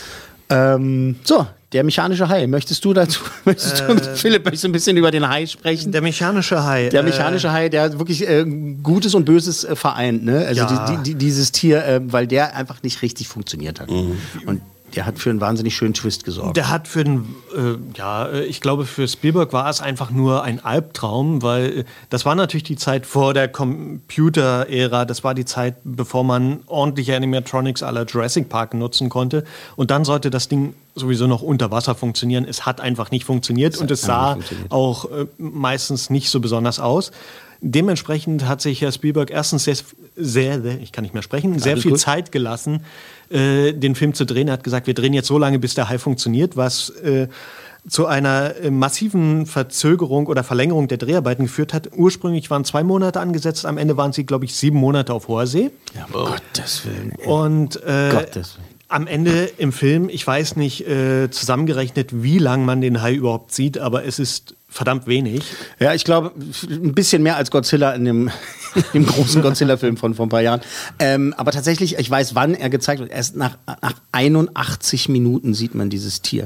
Ähm, so, der mechanische Hai. Möchtest du dazu, möchtest du, äh, Philipp, möchtest du ein bisschen über den Hai sprechen? Der mechanische Hai. Der mechanische äh, Hai, der wirklich äh, Gutes und Böses äh, vereint, ne? Also ja. die, die, dieses Tier, äh, weil der einfach nicht richtig funktioniert hat. Mhm. Und der hat für einen wahnsinnig schönen Twist gesorgt. Der hat für einen, äh, ja, ich glaube, für Spielberg war es einfach nur ein Albtraum, weil äh, das war natürlich die Zeit vor der Computer-Ära, das war die Zeit, bevor man ordentliche Animatronics à la Jurassic Park nutzen konnte. Und dann sollte das Ding sowieso noch unter Wasser funktionieren. Es hat einfach nicht funktioniert und es sah auch äh, meistens nicht so besonders aus. Dementsprechend hat sich Herr Spielberg erstens sehr, sehr, sehr ich kann nicht mehr sprechen, sehr Alles viel gut. Zeit gelassen, äh, den Film zu drehen. Er hat gesagt, wir drehen jetzt so lange, bis der Hai funktioniert, was äh, zu einer äh, massiven Verzögerung oder Verlängerung der Dreharbeiten geführt hat. Ursprünglich waren zwei Monate angesetzt, am Ende waren sie, glaube ich, sieben Monate auf hoher See. Ja, um oh. Gottes Willen. Ey. Und äh, Gottes Willen. Am Ende im Film, ich weiß nicht äh, zusammengerechnet, wie lang man den Hai überhaupt sieht, aber es ist verdammt wenig. Ja, ich glaube, ein bisschen mehr als Godzilla in dem, dem großen Godzilla-Film von vor ein paar Jahren. Ähm, aber tatsächlich, ich weiß, wann er gezeigt wird. Erst nach, nach einundachtzig Minuten sieht man dieses Tier.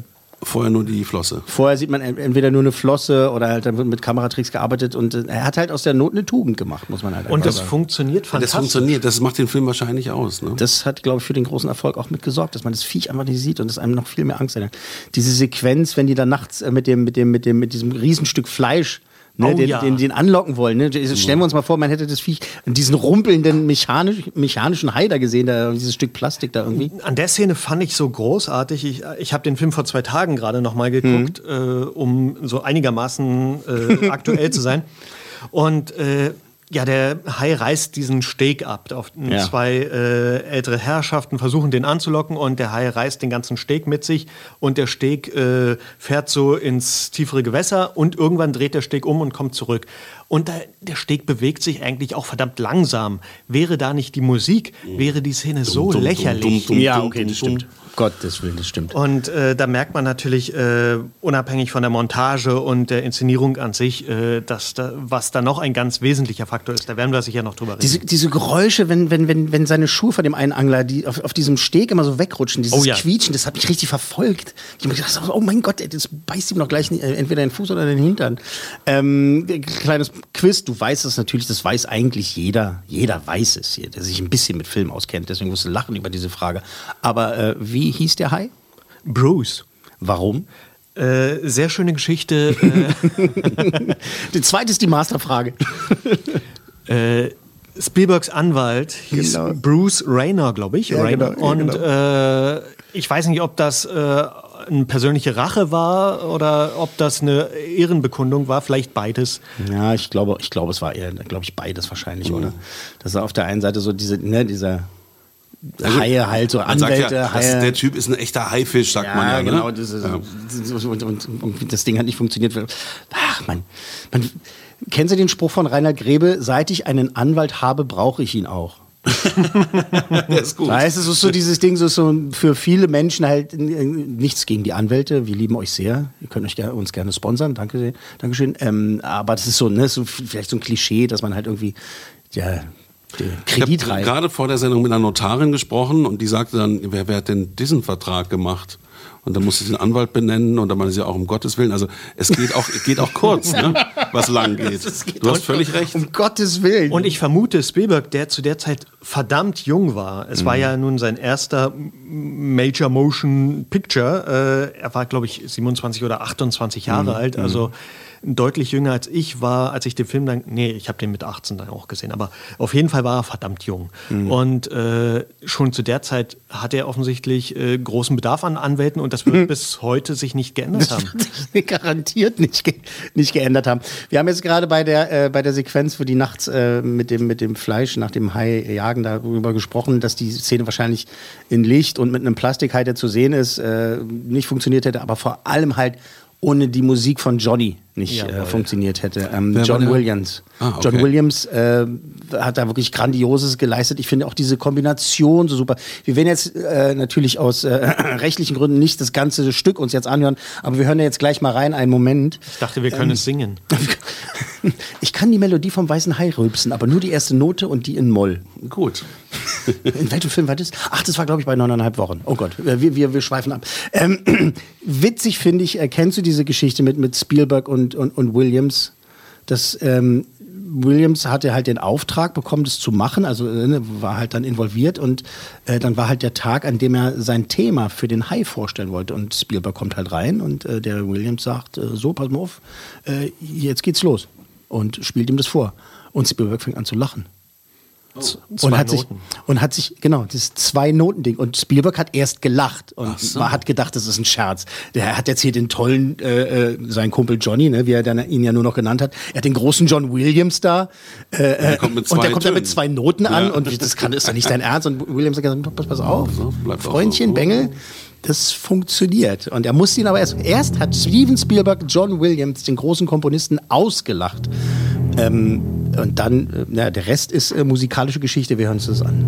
Vorher nur die Flosse. Vorher sieht man entweder nur eine Flosse oder halt dann wird mit Kameratricks gearbeitet und äh, er hat halt aus der Not eine Tugend gemacht, muss man halt Und das sagen. funktioniert fantastisch. Das funktioniert, das macht den Film wahrscheinlich aus. Ne? Das hat, glaube ich, für den großen Erfolg auch mit gesorgt, dass man das Viech einfach nicht sieht und es einem noch viel mehr Angst hat. Diese Sequenz, wenn die dann nachts äh, mit dem, mit dem, mit dem, mit diesem Riesenstück Fleisch Ne, oh, den, ja. den, den anlocken wollen. Ne? Stellen wir uns mal vor, man hätte das Viech, diesen rumpelnden mechanisch, mechanischen Hai da gesehen, da, dieses Stück Plastik da irgendwie. An der Szene fand ich so großartig. Ich, ich habe den Film vor zwei Tagen gerade noch mal geguckt, mhm. äh, um so einigermaßen äh, aktuell zu sein. Und äh, ja, der Hai reißt diesen Steg ab. Auf ja. Zwei äh, ältere Herrschaften versuchen, den anzulocken und der Hai reißt den ganzen Steg mit sich und der Steg äh, fährt so ins tiefere Gewässer und irgendwann dreht der Steg um und kommt zurück. Und da, der Steg bewegt sich eigentlich auch verdammt langsam. Wäre da nicht die Musik, wäre die Szene so dum, lächerlich. Dum, dum, dum, ja, okay, das stimmt. Gottes Willen, das stimmt. Und äh, da merkt man natürlich, äh, unabhängig von der Montage und der Inszenierung an sich, äh, dass da, was da noch ein ganz wesentlicher Faktor ist. Da werden wir sicher noch drüber reden. Diese, diese Geräusche, wenn, wenn, wenn, wenn seine Schuhe von dem einen Angler die auf, auf diesem Steg immer so wegrutschen, dieses oh, ja. Quietschen, das hat mich richtig verfolgt. Ich habe mir gedacht, oh mein Gott, das beißt ihm noch gleich entweder den Fuß oder den Hintern. Ähm, kleines Quiz, du weißt es natürlich, das weiß eigentlich jeder. Jeder weiß es hier, der sich ein bisschen mit Film auskennt. Deswegen musst du lachen über diese Frage. Aber äh, wie hieß der Hai? Bruce. Warum? Äh, sehr schöne Geschichte. Äh die zweite ist die Masterfrage. äh, Spielbergs Anwalt hieß genau. Bruce Rayner, glaube ich. Ja, Rayner. genau, Und genau. Äh, ich weiß nicht, ob das äh, eine persönliche Rache war oder ob das eine Ehrenbekundung war. Vielleicht beides. Ja, ich glaube, ich glaube, es war eher, glaube ich, beides wahrscheinlich, mhm. oder? Dass er auf der einen Seite so diese, ne, dieser Haie halt, so Anwälte, ja, Haie. Der Typ ist ein echter Haifisch, sagt ja, man ja. Genau, ne? das ist, ja. und, und, und das Ding hat nicht funktioniert. Ach man, man, kennen Sie den Spruch von Reinhard Grebe? Seit ich einen Anwalt habe, brauche ich ihn auch. Der ist gut. Weißt du, es ist so dieses Ding, so, so für viele Menschen halt nichts gegen die Anwälte. Wir lieben euch sehr. Ihr könnt euch uns gerne sponsern. Danke, Dankeschön. Ähm, aber das ist so, ne, so vielleicht so ein Klischee, dass man halt irgendwie, ja, Kredit ich habe gerade vor der Sendung mit einer Notarin gesprochen und die sagte dann, wer, wer hat denn diesen Vertrag gemacht? Und dann musste sie den Anwalt benennen und dann meinte sie auch, um Gottes Willen. Also es geht auch, geht auch kurz, ne, was lang geht. geht du hast völlig recht. Um Gottes Willen. Und ich vermute, Spielberg, der zu der Zeit verdammt jung war. Es mhm. war ja nun sein erster Major Motion Picture. Äh, er war, glaube ich, siebenundzwanzig oder achtundzwanzig Jahre mhm. alt. Also deutlich jünger als ich war, als ich den Film dann, nee, ich habe den mit achtzehn dann auch gesehen, aber auf jeden Fall war er verdammt jung. Mhm. Und äh, schon zu der Zeit hatte er offensichtlich äh, großen Bedarf an Anwälten und das wird mhm. bis heute sich nicht geändert haben. Das wird sich garantiert nicht, ge- nicht geändert haben. Wir haben jetzt gerade bei der, äh, bei der Sequenz, wo die nachts äh, mit, dem, mit dem Fleisch nach dem Hai jagen, darüber gesprochen, dass die Szene wahrscheinlich in Licht und mit einem Plastikhai, der zu sehen ist, äh, nicht funktioniert hätte, aber vor allem halt ohne die Musik von Johnny nicht äh, funktioniert hätte. Ähm, John Williams. Ah, okay. John Williams äh, hat da wirklich Grandioses geleistet. Ich finde auch diese Kombination so super. Wir werden jetzt äh, natürlich aus äh, rechtlichen Gründen nicht das ganze Stück uns jetzt anhören, aber wir hören ja jetzt gleich mal rein, einen Moment. Ich dachte, wir können ähm, es singen. Ich kann die Melodie vom Weißen Hai rülpsen, aber nur die erste Note und die in Moll. Gut. In welchem Film war das? Ach, das war, glaube ich, bei neuneinhalb Wochen. Oh Gott, wir, wir, wir schweifen ab. Ähm, witzig finde ich, kennst du diese Geschichte mit, mit Spielberg und, und, und Williams? Das, ähm, Williams hatte halt den Auftrag bekommen, das zu machen, also äh, war halt dann involviert und äh, dann war halt der Tag, an dem er sein Thema für den Hai vorstellen wollte und Spielberg kommt halt rein und äh, der Williams sagt, äh, so, pass mal auf, äh, jetzt geht's los und spielt ihm das vor und Spielberg fängt an zu lachen. Oh, und, hat sich, und hat sich, genau, das Zwei-Noten-Ding. Und Spielberg hat erst gelacht und so. hat gedacht, das ist ein Scherz. Der hat jetzt hier den tollen, äh, seinen Kumpel Johnny, ne, wie er dann ihn ja nur noch genannt hat. Er hat den großen John Williams da. Äh, der kommt mit zwei und der kommt dann mit zwei Noten an. Ja. Und das kann, ist doch nicht dein Ernst. Und Williams hat gesagt, pass, pass auf, so, Freundchen, so. Bengel. Das funktioniert. Und er musste ihn aber erst, erst hat Steven Spielberg John Williams, den großen Komponisten, ausgelacht. Ähm, und dann, äh, ja, der Rest ist äh, musikalische Geschichte, wir hören uns das an.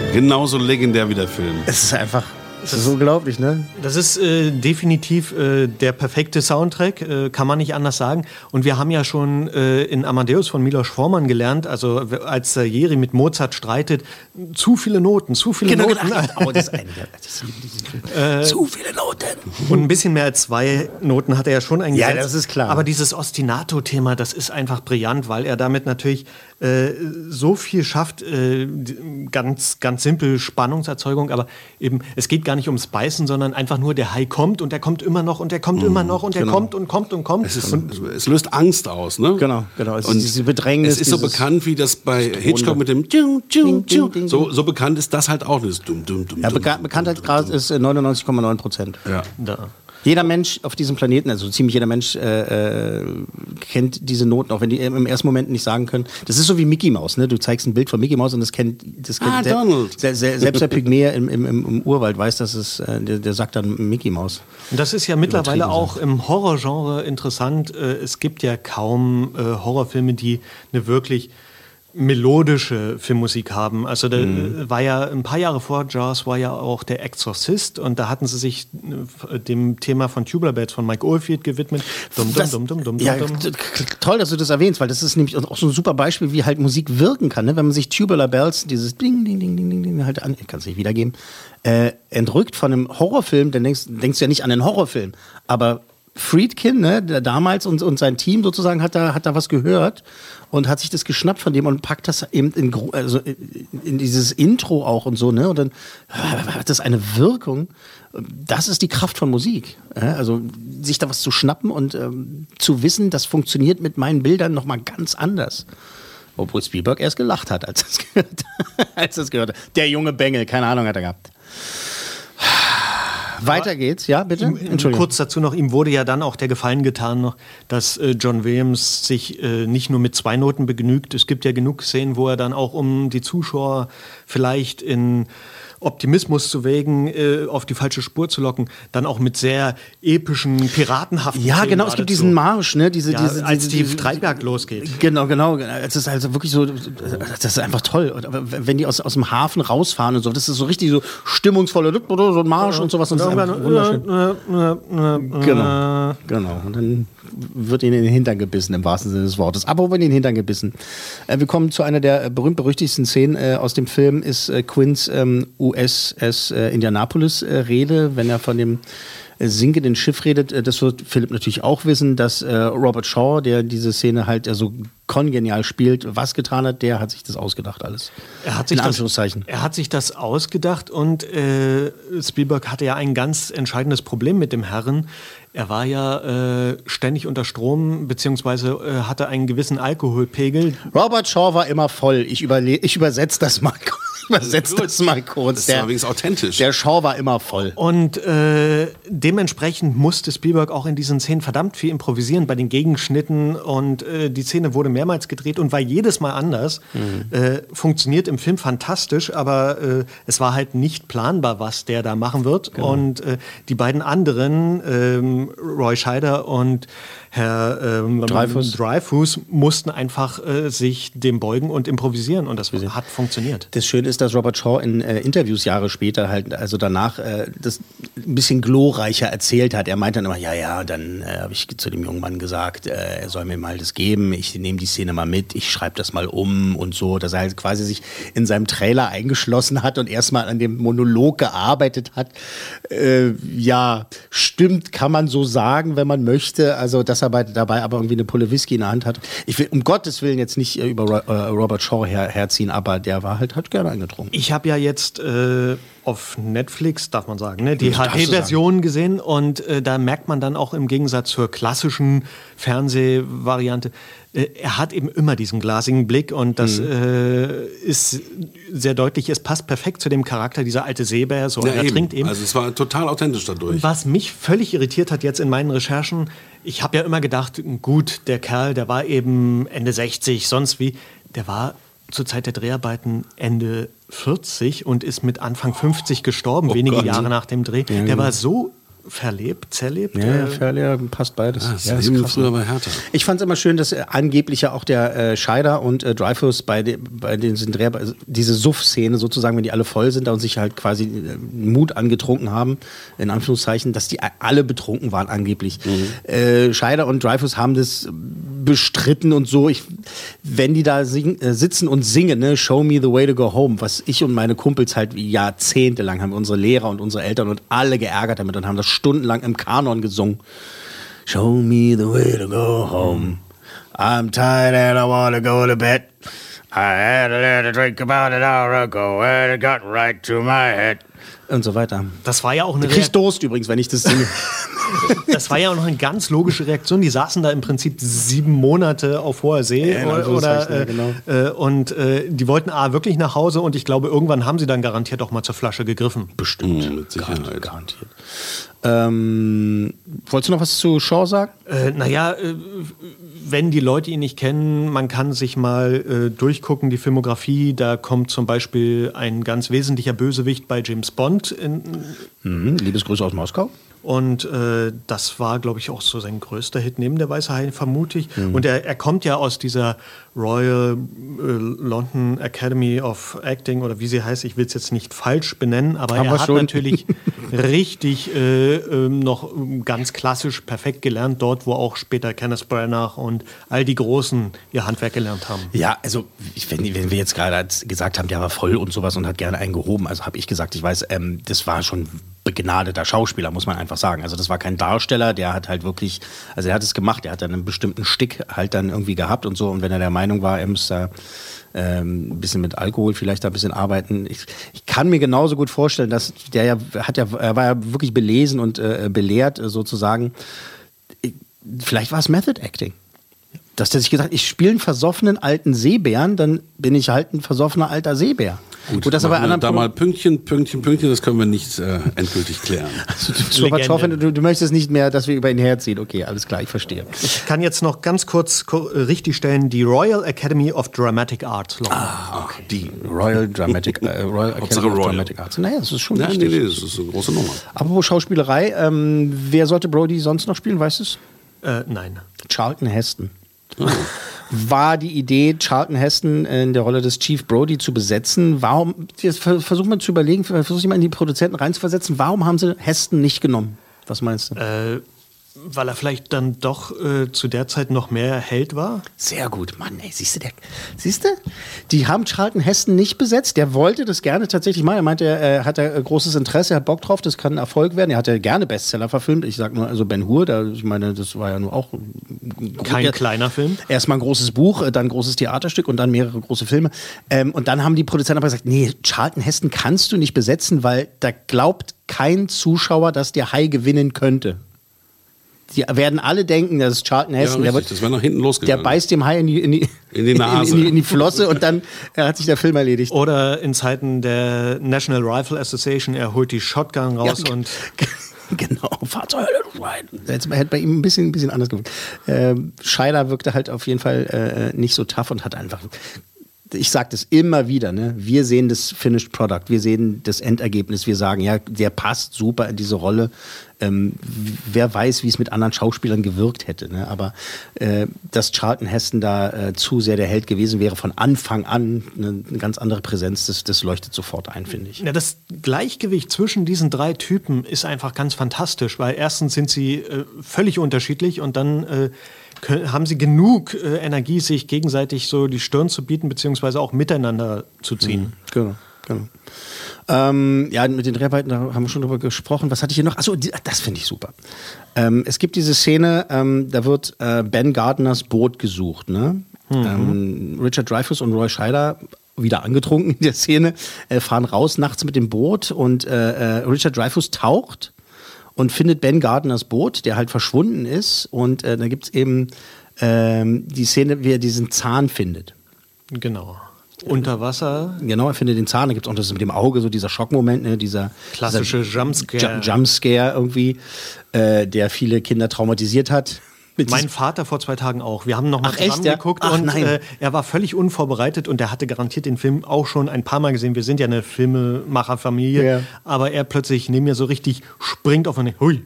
Genauso legendär wie der Film. Es ist einfach... Das ist unglaublich, ne? Das ist äh, definitiv äh, der perfekte Soundtrack, äh, kann man nicht anders sagen. Und wir haben ja schon äh, in Amadeus von Milos Forman gelernt, also als Salieri mit Mozart streitet, zu viele Noten, zu viele genau, Noten. Genau. Oh, das ist eine, das ist äh, zu viele Noten. Und ein bisschen mehr als zwei Noten hat er ja schon eingesetzt. Ja, das ist klar. Aber dieses Ostinato-Thema, das ist einfach brillant, weil er damit natürlich äh, so viel schafft, äh, ganz, ganz simpel Spannungserzeugung, aber eben, es geht gar nicht ums Beißen, sondern einfach nur, der Hai kommt und der kommt immer noch und der kommt mm, immer noch und der genau. kommt und kommt und kommt. Es, ist, und es löst Angst aus, ne? Genau, genau. Es und ist diese Bedrängnis. Es ist so bekannt, wie das bei Hitchcock mit dem Ding, ding, ding, so, so bekannt ist das halt auch. Das dum, dum, dum, ja, Beka Bekanntheitsgrad ist neunundneunzig Komma neun Prozent. Ja. Da. Jeder Mensch auf diesem Planeten, also ziemlich jeder Mensch, äh, kennt diese Noten, auch wenn die im ersten Moment nicht sagen können. Das ist so wie Mickey Mouse, ne? Du zeigst ein Bild von Mickey Mouse und das kennt, das kennt ah, se Donald. Se se selbst der Pygmäer im, im, im Urwald weiß, dass es, äh, der, der sagt dann Mickey Mouse. Und das ist ja mittlerweile auch im Horrorgenre interessant. Es gibt ja kaum äh, Horrorfilme, die eine wirklich melodische Filmmusik haben. Also da mhm. war ja ein paar Jahre vor Jaws war ja auch der Exorzist und da hatten sie sich dem Thema von Tubular Bells von Mike Oldfield gewidmet. Dum, dum, dum, dum, dum, ja, dum. Toll, dass du das erwähnst, weil das ist nämlich auch so ein super Beispiel, wie halt Musik wirken kann. Ne? Wenn man sich Tubular Bells, dieses Ding, Ding, Ding, Ding, Ding, halt an, ich kann es nicht wiedergeben, äh, entrückt von einem Horrorfilm, dann denkst, denkst du ja nicht an einen Horrorfilm, aber Friedkin, ne, der damals und, und sein Team sozusagen hat da, hat da was gehört und hat sich das geschnappt von dem und packt das eben in, also in, in dieses Intro auch und so, ne? Und dann hat das eine Wirkung. Das ist die Kraft von Musik. Ja? Also sich da was zu schnappen und ähm, zu wissen, das funktioniert mit meinen Bildern nochmal ganz anders. Obwohl Spielberg erst gelacht hat, als er es gehört, als er es gehört hat. Der junge Bengel, keine Ahnung hat er gehabt. Weiter geht's, ja, bitte? Entschuldigung. Kurz dazu noch, ihm wurde ja dann auch der Gefallen getan, noch, dass äh, John Williams sich äh, nicht nur mit zwei Noten begnügt. Es gibt ja genug Szenen, wo er dann auch, um die Zuschauer vielleicht in Optimismus zu wägen, äh, auf die falsche Spur zu locken, dann auch mit sehr epischen, piratenhaften Ja, genau, es gibt diesen Marsch, ne? Diese, ja, diese, als diese, die Treibjagd losgeht. Genau, genau. Es ist also wirklich so, das ist einfach toll. Wenn die aus, aus dem Hafen rausfahren und so, das ist so richtig so stimmungsvoll, so ein Marsch und sowas. Und das ist einfach wunderschön. Genau, genau. Und dann wird ihnen in den Hintern gebissen, im wahrsten Sinne des Wortes. Apropos in den Hintern gebissen. Äh, wir kommen zu einer der berühmt-berüchtigsten Szenen äh, aus dem Film, ist äh, Quints ähm, U S S äh, Indianapolis-Rede, äh, wenn er von dem äh, sinkenden Schiff redet. Äh, das wird Philipp natürlich auch wissen, dass äh, Robert Shaw, der diese Szene halt äh, so kongenial spielt, was getan hat, der hat sich das ausgedacht alles. Er hat sich in Anführungszeichen. Das, er hat sich das ausgedacht und äh, Spielberg hatte ja ein ganz entscheidendes Problem mit dem Herren. Er war ja äh, ständig unter Strom, beziehungsweise äh, hatte einen gewissen Alkoholpegel. Robert Shaw war immer voll. Ich, ich übersetze das mal kurz. Übersetzt das mal kurz. Das ist der, übrigens authentisch. Der Shaw war immer voll. Und äh, dementsprechend musste Spielberg auch in diesen Szenen verdammt viel improvisieren bei den Gegenschnitten und äh, die Szene wurde mehrmals gedreht und war jedes Mal anders. Mhm. Äh, funktioniert im Film fantastisch, aber äh, es war halt nicht planbar, was der da machen wird. Genau. Und äh, die beiden anderen, ähm, Roy Scheider und Herr ähm, Dreyfuss. Dreyfuss mussten einfach äh, sich dem beugen und improvisieren und das hat funktioniert. Das Schöne ist, dass Robert Shaw in äh, Interviews Jahre später halt, also danach, äh, das ein bisschen glorreicher erzählt hat. Er meinte dann immer, ja, ja, dann äh, habe ich zu dem jungen Mann gesagt, äh, er soll mir mal das geben, ich nehme die Szene mal mit, ich schreibe das mal um und so, dass er halt quasi sich in seinem Trailer eingeschlossen hat und erstmal an dem Monolog gearbeitet hat. Äh, ja, stimmt, kann man so sagen, wenn man möchte, also dass er dabei aber irgendwie eine Pulle Whisky in der Hand hat. Ich will um Gottes Willen jetzt nicht äh, über äh, Robert Shaw her, herziehen, aber der war halt, hat gerne eingetrunken. Ich habe ja jetzt äh, auf Netflix, darf man sagen, ne, die H D-Version gesehen und äh, da merkt man dann auch im Gegensatz zur klassischen Fernsehvariante, äh, er hat eben immer diesen glasigen Blick und das mhm. äh, ist sehr deutlich, es passt perfekt zu dem Charakter dieser alte Seebär, so ja, er eben. trinkt eben. Also es war total authentisch dadurch. Was mich völlig irritiert hat jetzt in meinen Recherchen, ich habe ja immer gedacht, gut, der Kerl, der war eben Ende sechzig, sonst wie, der war zur Zeit der Dreharbeiten Ende vierzig und ist mit Anfang fünfzig gestorben, oh wenige Gott. Jahre nach dem Dreh. Ja, der genau. war so verlebt, zerlebt. Ja, ja, verlebt, passt beides. Ah, das ja, ist ist krass, früher bei Hertha. Ich fand es immer schön, dass äh, angeblich ja auch der äh, Scheider und äh, Dreyfuss bei, de, bei diesen Dreh, also diese Suff-Szene sozusagen, wenn die alle voll sind da und sich halt quasi äh, Mut angetrunken haben, in Anführungszeichen, dass die alle betrunken waren angeblich. Mhm. Äh, Scheider und Dreyfuss haben das bestritten und so. Ich, wenn die da sing, äh, sitzen und singen, ne, Show me the way to go home, was ich und meine Kumpels halt jahrzehntelang haben, unsere Lehrer und unsere Eltern und alle geärgert damit und haben das stundenlang im Kanon gesungen. Show me the way to go home. I'm tired and I want to go to bed. I had a little drink about an hour ago and it got right to my head. Und so weiter. Das war ja auch eine Du kriegst Durst übrigens, wenn ich das singe. Das war ja auch noch eine ganz logische Reaktion. Die saßen da im Prinzip sieben Monate auf hoher See. Ja, oder, oder, äh, genau. äh, und äh, die wollten A, wirklich nach Hause und ich glaube, irgendwann haben sie dann garantiert auch mal zur Flasche gegriffen. Bestimmt. Mhm, mit Sicherheit. Garantiert. Ähm, wolltest du noch was zu Shaw sagen? Äh, naja, äh, wenn die Leute ihn nicht kennen, man kann sich mal äh, durchgucken, die Filmografie. Da kommt zum Beispiel ein ganz wesentlicher Bösewicht bei James Bond. In, mhm, Liebesgrüße aus Moskau. Und äh, das war, glaube ich, auch so sein größter Hit neben der Weiße Hai, vermute ich. Mhm. Und er, er kommt ja aus dieser Royal äh, London Academy of Acting oder wie sie heißt. Ich will es jetzt nicht falsch benennen, aber Haben er wir hat schon. natürlich richtig äh, äh, noch ganz klassisch perfekt gelernt, dort, wo auch später Kenneth Branagh und all die Großen ihr Handwerk gelernt haben. Ja, also ich, wenn, wenn wir jetzt gerade gesagt haben, der war voll und sowas und hat gerne einen gehoben, also habe ich gesagt, ich weiß, ähm, das war schon begnadeter Schauspieler, muss man einfach sagen. Also das war kein Darsteller, der hat halt wirklich, also er hat es gemacht, er hat dann einen bestimmten Stick halt dann irgendwie gehabt und so und wenn er der Meinung war, er muss da ähm, ein bisschen mit Alkohol vielleicht da ein bisschen arbeiten. Ich, ich kann mir genauso gut vorstellen, dass der ja, hat ja, er war ja wirklich belesen und äh, belehrt äh, sozusagen. Ich, vielleicht war es Method Acting. Dass der sich gesagt hat, ich spiele einen versoffenen alten Seebären, dann bin ich halt ein versoffener alter Seebär. Gut, Gut, das aber da Pro- mal Pünktchen, Pünktchen, Pünktchen, das können wir nicht äh, endgültig klären. Also, du, du möchtest nicht mehr, dass wir über ihn herziehen. Okay, alles klar, ich verstehe. Ich kann jetzt noch ganz kurz ko- richtig stellen, die Royal Academy of Dramatic Arts. Ah, okay. Die Royal Dramatic, äh, Royal Academy of Royal. Dramatic Arts. Naja, das ist schon Ja, nee, wichtig. nee, das ist eine große Nummer. Apropos Schauspielerei, ähm, wer sollte Brody sonst noch spielen, weißt du es? Äh, nein. Charlton Heston. War die Idee, Charlton Heston in der Rolle des Chief Brody zu besetzen. Warum, jetzt versuchen wir zu überlegen, versuche ich mal in die Produzenten reinzuversetzen, warum haben sie Heston nicht genommen? Was meinst du? Äh, weil er vielleicht dann doch äh, zu der Zeit noch mehr Held war? Sehr gut, Mann, ey, siehst du, der, siehst du? Die haben Charlton Heston nicht besetzt, der wollte das gerne tatsächlich machen, er meinte, er hat da großes Interesse, er hat Bock drauf, das kann ein Erfolg werden, er hat ja gerne Bestseller verfilmt, ich sag nur, also Ben Hur, da, ich meine, das war ja nur auch kein er, kleiner Film. Erstmal ein großes Buch, dann ein großes Theaterstück und dann mehrere große Filme ähm, und dann haben die Produzenten aber gesagt, nee, Charlton Heston kannst du nicht besetzen, weil da glaubt kein Zuschauer, dass der Hai gewinnen könnte. Die werden alle denken, das ist Charlton Heston. Ja, der, wird, das wäre nach hinten losgegangen. Der beißt dem Hai in die, in die, in die Nase. In, in, die, in die Flosse und dann äh, hat sich der Film erledigt. Oder in Zeiten der National Rifle Association, er holt die Shotgun raus ja, und... Genau, fahr zur Hölle, du Schwein. Das hätte bei ihm ein bisschen, ein bisschen anders gewirkt. Ähm, Scheider wirkte halt auf jeden Fall äh, nicht so tough und hat einfach... Ich sage das immer wieder, ne? Wir sehen das Finished Product, wir sehen das Endergebnis, wir sagen, ja, der passt super in diese Rolle. Ähm, wer weiß, wie es mit anderen Schauspielern gewirkt hätte, ne? Aber äh, dass Charlton Heston da äh, zu sehr der Held gewesen wäre, von Anfang an eine, eine ganz andere Präsenz, das, das leuchtet sofort ein, finde ich. Ja, das Gleichgewicht zwischen diesen drei Typen ist einfach ganz fantastisch, weil erstens sind sie äh, völlig unterschiedlich und dann äh, können, haben sie genug äh, Energie, sich gegenseitig so die Stirn zu bieten, beziehungsweise auch miteinander zu ziehen. Mhm, genau, genau. Ähm, ja, mit den Dreharbeiten, da haben wir schon drüber gesprochen. Was hatte ich hier noch? Achso, das finde ich super. Ähm, es gibt diese Szene, ähm, da wird äh, Ben Gardners Boot gesucht. Ne? Mhm. Ähm, Richard Dreyfuss und Roy Scheider, wieder angetrunken in der Szene, äh, fahren raus nachts mit dem Boot und äh, äh, Richard Dreyfuss taucht und findet Ben Gardners Boot, der halt verschwunden ist. Und äh, da gibt es eben ähm, die Szene, wie er diesen Zahn findet. Genau. Unter Wasser. Genau, er findet den Zahn, da gibt es auch das mit dem Auge, so dieser Schockmoment, ne, dieser klassische dieser Jumpscare. Jumpscare irgendwie, äh, der viele Kinder traumatisiert hat. Mein Vater vor zwei Tagen auch. Wir haben noch mal Ach, echt, zusammen ja? geguckt Ach, und nein. äh, er war völlig unvorbereitet und er hatte garantiert den Film auch schon ein paar Mal gesehen. Wir sind ja eine Filmemacherfamilie, Ja. aber er plötzlich neben mir so richtig springt auf und hui.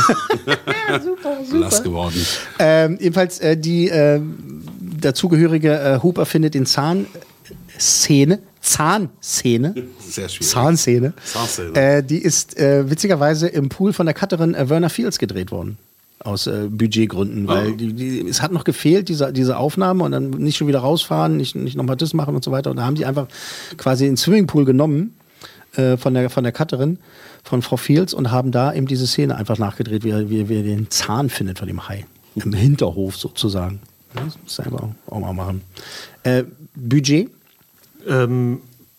super, Blass geworden. Ähm, jedenfalls äh, die äh, dazugehörige äh, Hooper findet den Zahnszene, Zahnszene, Sehr schwierig. Zahnszene, Zahnszene. Äh, die ist äh, witzigerweise im Pool von der Cutterin äh, Verna Fields gedreht worden. Aus äh, Budgetgründen, weil Oh. die, die, es hat noch gefehlt, diese, diese Aufnahme und dann nicht schon wieder rausfahren, nicht, nicht nochmal das machen und so weiter. Und da haben sie einfach quasi den Swimmingpool genommen äh, von der, von der Cutterin, von Frau Fields und haben da eben diese Szene einfach nachgedreht, wie er, wie, er- wie er den Zahn findet von dem Hai. Im Hinterhof sozusagen. Ja, das muss er einfach auch, auch mal machen. Äh, Budget? Ähm,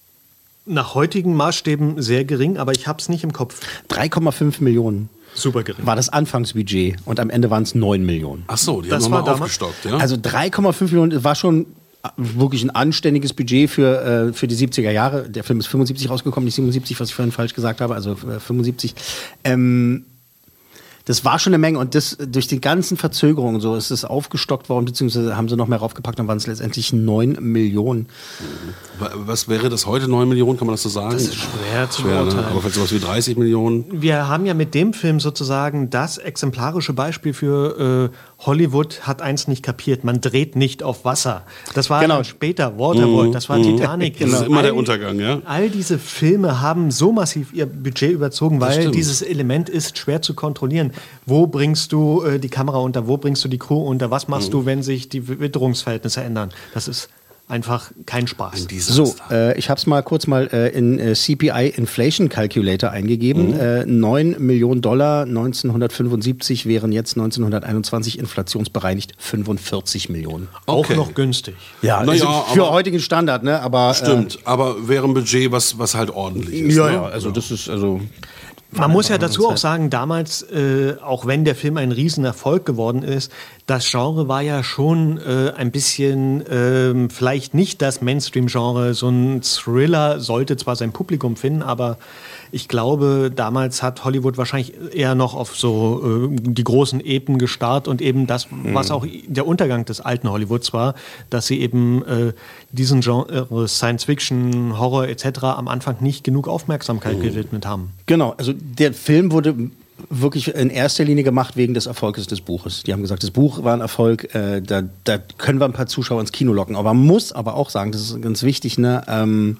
nach heutigen Maßstäben sehr gering, aber ich habe es nicht im Kopf. drei Komma fünf Millionen. Super gering. War das Anfangsbudget und am Ende waren es neun Millionen. Ach so, die Das haben war nochmal damals- aufgestockt, ja? Also drei Komma fünf Millionen war schon wirklich ein anständiges Budget für, äh, für die siebziger Jahre. Der Film ist fünfundsiebzig rausgekommen, nicht siebenundsiebzig, was ich vorhin falsch gesagt habe, also äh, fünfundsiebzig. Ähm, das war schon eine Menge und das durch die ganzen Verzögerungen so ist es aufgestockt worden, beziehungsweise haben sie noch mehr raufgepackt, dann waren es letztendlich neun Millionen. Was wäre das heute? neun Millionen, kann man das so sagen? Das ist schwer zu Schwer, ne? beurteilen. Aber vielleicht sowas wie dreißig Millionen. Wir haben ja mit dem Film sozusagen das exemplarische Beispiel für äh, Hollywood hat eins nicht kapiert. Man dreht nicht auf Wasser. Das war Genau. dann später Waterworld, das war Mhm. Titanic. Das ist Genau. immer der All- Untergang, ja? All diese Filme haben so massiv ihr Budget überzogen, Das weil stimmt. dieses Element ist schwer zu kontrollieren. Wo bringst du äh, die Kamera unter? Wo bringst du die Crew unter? Was machst Mhm. du, wenn sich die Witterungsverhältnisse ändern? Das ist einfach kein Spaß. So, äh, ich habe es mal kurz mal äh, in äh, C P I Inflation Calculator eingegeben. Mhm. Äh, neun Millionen Dollar neunzehnhundertfünfundsiebzig wären jetzt neunzehnhunderteinundzwanzig inflationsbereinigt fünfundvierzig Millionen. Auch noch günstig. Ja, Na also ja, für aber- heutigen Standard, ne? Aber Stimmt, aber wäre ein Budget, was, was halt ordentlich Äh, ist. ja, ne? ja, also das ist also. Man muss ja dazu auch sagen, damals, äh, auch wenn der Film ein Riesenerfolg geworden ist, das Genre war ja schon äh, ein bisschen, ähm, vielleicht nicht das Mainstream-Genre. So ein Thriller sollte zwar sein Publikum finden, aber ich glaube, damals hat Hollywood wahrscheinlich eher noch auf so äh, die großen Epen gestarrt und eben das, was auch der Untergang des alten Hollywoods war, dass sie eben äh, diesen Genre Science-Fiction, Horror et cetera am Anfang nicht genug Aufmerksamkeit gewidmet haben. Genau, also der Film wurde wirklich in erster Linie gemacht wegen des Erfolges des Buches. Die haben gesagt, das Buch war ein Erfolg, äh, da, da können wir ein paar Zuschauer ins Kino locken. Aber man muss aber auch sagen, das ist ganz wichtig, ne? Ähm,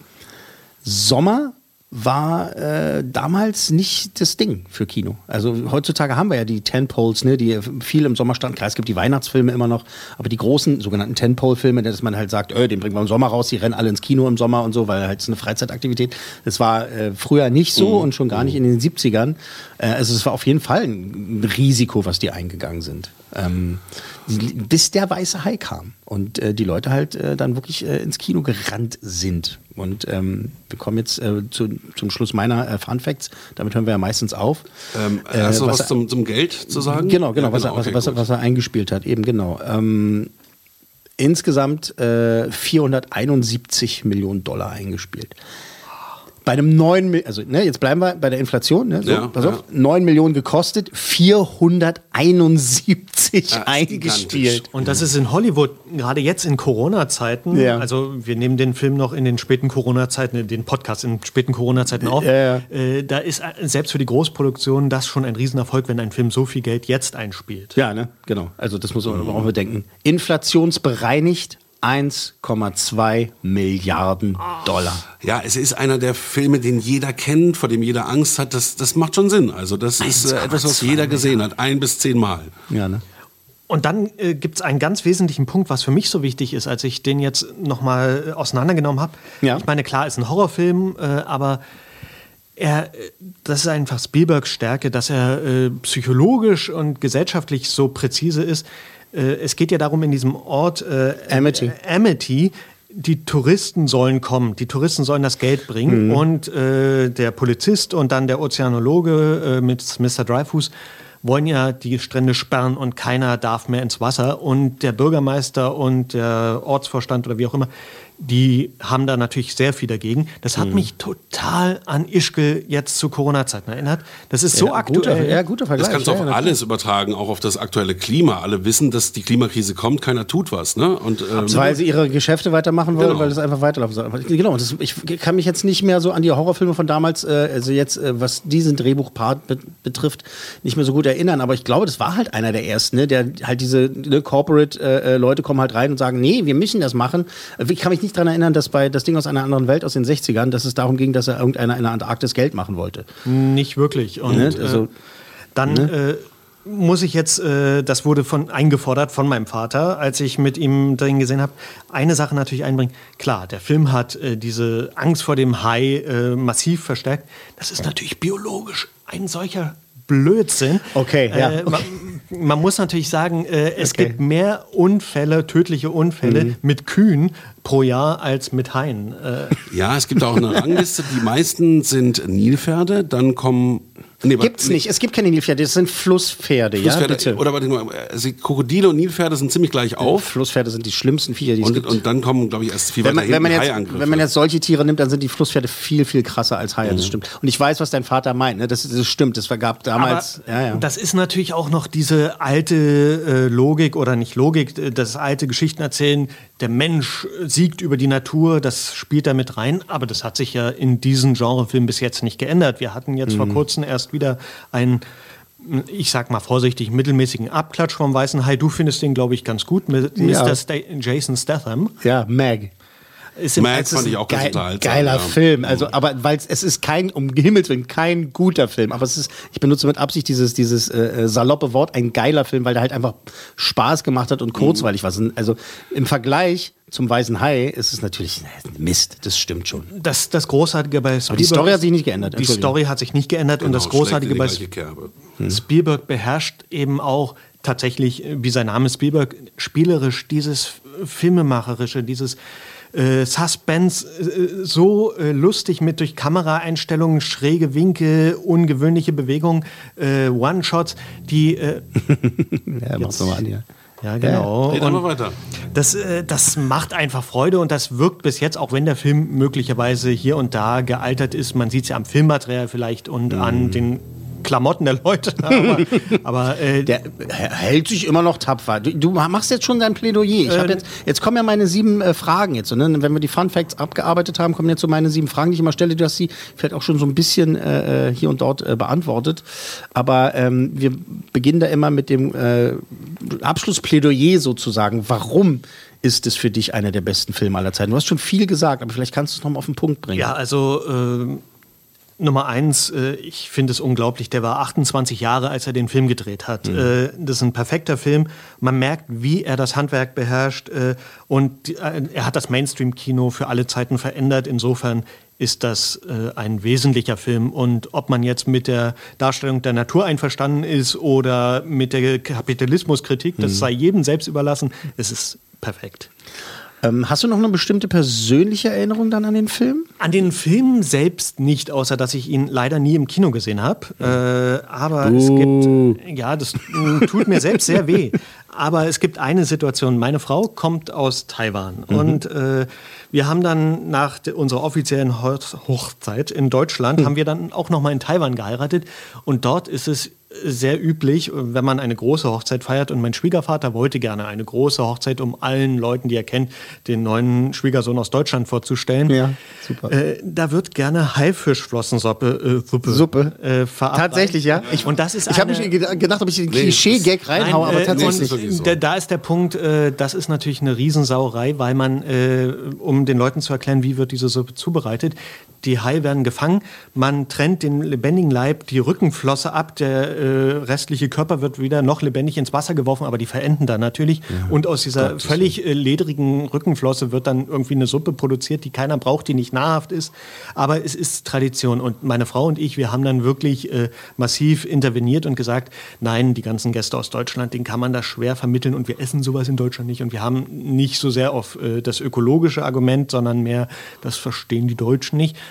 Sommer war äh, damals nicht das Ding für Kino. Also heutzutage haben wir ja die Tentpoles, ne, die viel im Sommer standen. Klar, es gibt die Weihnachtsfilme immer noch, aber die großen sogenannten Tentpole-Filme, dass man halt sagt, äh, den bringen wir im Sommer raus, die rennen alle ins Kino im Sommer und so, weil halt es eine Freizeitaktivität. Das war äh, früher nicht so und schon gar nicht in den siebzigern. Äh, also es war auf jeden Fall ein Risiko, was die eingegangen sind. Ähm, bis der weiße Hai kam und äh, die Leute halt äh, dann wirklich äh, ins Kino gerannt sind. Und ähm, wir kommen jetzt äh, zu, zum Schluss meiner äh, Fun Facts. Damit hören wir ja meistens auf. Ähm, hast du Äh, was, was- zum, zum Geld zu sagen? Genau, genau, Ja, was, er, was, okay, was, gut. was er eingespielt hat, eben genau. Ähm, insgesamt äh, vierhunderteinundsiebzig Millionen Dollar eingespielt. Bei einem neun, Mil- also ne, jetzt bleiben wir bei der Inflation, ne, so, Ja, pass auf, ja. neun Millionen gekostet, vierhunderteinundsiebzig Ja, eingespielt. Und das ist in Hollywood, gerade jetzt in Corona-Zeiten, Ja. also wir nehmen den Film noch in den späten Corona-Zeiten, den Podcast in späten Corona-Zeiten auf, Ja, ja. Äh, da ist äh, selbst für die Großproduktion das schon ein Riesenerfolg, wenn ein Film so viel Geld jetzt einspielt. Ja, ne, genau. Also das muss man auch bedenken. Inflationsbereinigt eins Komma zwei Milliarden Dollar. Ja, es ist einer der Filme, den jeder kennt, vor dem jeder Angst hat. Das, das macht schon Sinn. Also das ist äh, etwas, was jeder gesehen hat. Ein bis zehn Mal. Ja, ne? Und dann äh, gibt es einen ganz wesentlichen Punkt, was für mich so wichtig ist, als ich den jetzt nochmal auseinandergenommen habe. Ja. Ich meine, klar, ist ein Horrorfilm, äh, aber er, äh, das ist einfach Spielbergs Stärke, dass er äh, psychologisch und gesellschaftlich so präzise ist. Äh, es geht ja darum, in diesem Ort äh, Amity. Äh, Amity, die Touristen sollen kommen, die Touristen sollen das Geld bringen Mhm. und äh, der Polizist und dann der Ozeanologe äh, mit Mister Dreyfus wollen ja die Strände sperren und keiner darf mehr ins Wasser und der Bürgermeister und der Ortsvorstand oder wie auch immer, die haben da natürlich sehr viel dagegen. Das hat mhm. mich total an Ischgl jetzt zu Corona-Zeiten erinnert. Das ist so ja, aktuell. Guter, ja, guter Vergleich. Das kannst du auf ja, alles ja. übertragen, auch auf das aktuelle Klima. Alle wissen, dass die Klimakrise kommt, keiner tut was. Ne? Und, ähm, weil sie ihre Geschäfte weitermachen wollen, genau. weil es einfach weiterlaufen soll. Genau, das, ich kann mich jetzt nicht mehr so an die Horrorfilme von damals, äh, also jetzt, äh, was diesen Drehbuchpart be- betrifft, nicht mehr so gut erinnern. Aber ich glaube, das war halt einer der ersten, ne, der halt diese ne, Corporate-Leute äh, kommen halt rein und sagen, nee, wir müssen das machen. Ich kann mich nicht daran erinnern, dass bei das Ding aus einer anderen Welt aus den sechzigern, dass es darum ging, dass er irgendeiner in der Antarktis Geld machen wollte. Nicht wirklich. Und ne? also, äh, dann ne? äh, muss ich jetzt, äh, das wurde von eingefordert von meinem Vater, als ich mit ihm drin gesehen habe, eine Sache natürlich einbringen. Klar, der Film hat äh, diese Angst vor dem Hai äh, massiv verstärkt. Das ist natürlich biologisch ein solcher Blödsinn. Okay, ja. Äh, man, man muss natürlich sagen, äh, es okay. gibt mehr Unfälle, tödliche Unfälle mhm. mit Kühen pro Jahr als mit Haien. Äh. Ja, es gibt auch eine Rangliste. Die meisten sind Nilpferde, dann kommen... Nee, Gibt's nicht. Es gibt keine Nilpferde, das sind Flusspferde. Flusspferde, ja, bitte. Oder warte mal, also Krokodile und Nilpferde sind ziemlich gleich auf. Flusspferde sind die schlimmsten Viecher, die es und, gibt. Und dann kommen, glaube ich, erst viel wenn man, weiter wenn man hinten jetzt, Haiangriffe. Wenn man jetzt solche Tiere nimmt, dann sind die Flusspferde viel, viel krasser als Haie, mhm. das stimmt. Und ich weiß, was dein Vater meint, ne? das, das stimmt, das gab damals... Aber ja, ja. das ist natürlich auch noch diese alte äh, Logik, oder nicht Logik, das alte Geschichtenerzählen, der Mensch siegt über die Natur, das spielt da mit rein, aber das hat sich ja in diesen Genrefilmen bis jetzt nicht geändert. Wir hatten jetzt mhm. vor kurzem erst wieder einen, ich sag mal vorsichtig, mittelmäßigen Abklatsch vom Weißen Hai. Du findest den, glaube ich, ganz gut, mit ja. Mister Sta- Jason Statham. Ja, Meg. Ist im, Mag fand ich auch ganz total. Geiler ja. Film, also aber weil es ist kein, um Himmels Willen, kein guter Film, aber es ist, ich benutze mit Absicht dieses, dieses äh, saloppe Wort, ein geiler Film, weil der halt einfach Spaß gemacht hat und kurzweilig war. Also im Vergleich zum Weißen Hai ist es natürlich Mist, das stimmt schon. Das, das Großartige bei Spielberg... Aber die Story hat sich nicht geändert. Die Story hat sich nicht geändert genau, und das Großartige bei hm. Spielberg beherrscht eben auch tatsächlich, wie sein Name Spielberg, spielerisch dieses Filmemacherische, dieses Äh, Suspense äh, so äh, lustig mit durch Kameraeinstellungen, schräge Winkel, ungewöhnliche Bewegungen, äh, One-Shots, die... Äh, ja, mach's nochmal an, ja. Ja, genau. Geht aber weiter. Das, äh, das macht einfach Freude und das wirkt bis jetzt, auch wenn der Film möglicherweise hier und da gealtert ist, man sieht es ja am Filmmaterial vielleicht und mm. an den Klamotten der Leute, aber, aber äh, der hält sich immer noch tapfer. Du, du machst jetzt schon dein Plädoyer. Ich hab jetzt, jetzt kommen ja meine sieben äh, Fragen jetzt. Ne? Wenn wir die Fun Facts abgearbeitet haben, kommen jetzt so meine sieben Fragen, die ich immer stelle. Du hast sie vielleicht auch schon so ein bisschen äh, hier und dort äh, beantwortet. Aber ähm, wir beginnen da immer mit dem äh, Abschlussplädoyer sozusagen. Warum ist es für dich einer der besten Filme aller Zeiten? Du hast schon viel gesagt, aber vielleicht kannst du es noch mal auf den Punkt bringen. Ja, also äh Nummer eins, äh, ich finde es unglaublich, der war achtundzwanzig Jahre, als er den Film gedreht hat. Mhm. Äh, das ist ein perfekter Film. Man merkt, wie er das Handwerk beherrscht äh, und äh, er hat das Mainstream-Kino für alle Zeiten verändert. Insofern ist das äh, ein wesentlicher Film. Und ob man jetzt mit der Darstellung der Natur einverstanden ist oder mit der Kapitalismuskritik, das mhm. sei jedem selbst überlassen. Es ist perfekt. Ähm, hast du noch eine bestimmte persönliche Erinnerung dann an den Film? An den Film selbst nicht, außer dass ich ihn leider nie im Kino gesehen habe. Äh, aber uh. es gibt, ja, das tut mir selbst sehr weh. Aber es gibt eine Situation. Meine Frau kommt aus Taiwan mhm. und äh, wir haben dann nach de- unserer offiziellen Ho- Hochzeit in Deutschland mhm. haben wir dann auch noch mal in Taiwan geheiratet und dort ist es sehr üblich, wenn man eine große Hochzeit feiert und mein Schwiegervater wollte gerne eine große Hochzeit, um allen Leuten, die er kennt, den neuen Schwiegersohn aus Deutschland vorzustellen. Ja, super. Äh, da wird gerne Haifischflossensuppe äh, Suppe, Suppe. Äh, verarbeitet. Tatsächlich, ja. Ich, und das ist ich habe mich gedacht, ob ich den Klischee-Gag reinhaue, aber äh, tatsächlich. Und, so. da, da ist der Punkt, äh, das ist natürlich eine Riesensauerei, weil man, äh, um den Leuten zu erklären, wie wird diese Suppe zubereitet, die Haie werden gefangen, man trennt den lebendigen Leib, die Rückenflosse ab, der äh, restliche Körper wird wieder noch lebendig ins Wasser geworfen, aber die verenden dann natürlich. Ja, und aus dieser Gott, völlig äh, ledrigen Rückenflosse wird dann irgendwie eine Suppe produziert, die keiner braucht, die nicht nahrhaft ist. Aber es ist Tradition. Und meine Frau und ich, wir haben dann wirklich äh, massiv interveniert und gesagt, nein, die ganzen Gäste aus Deutschland, denen kann man das schwer vermitteln und wir essen sowas in Deutschland nicht. Und wir haben nicht so sehr auf äh, das ökologische Argument, sondern mehr, das verstehen die Deutschen nicht.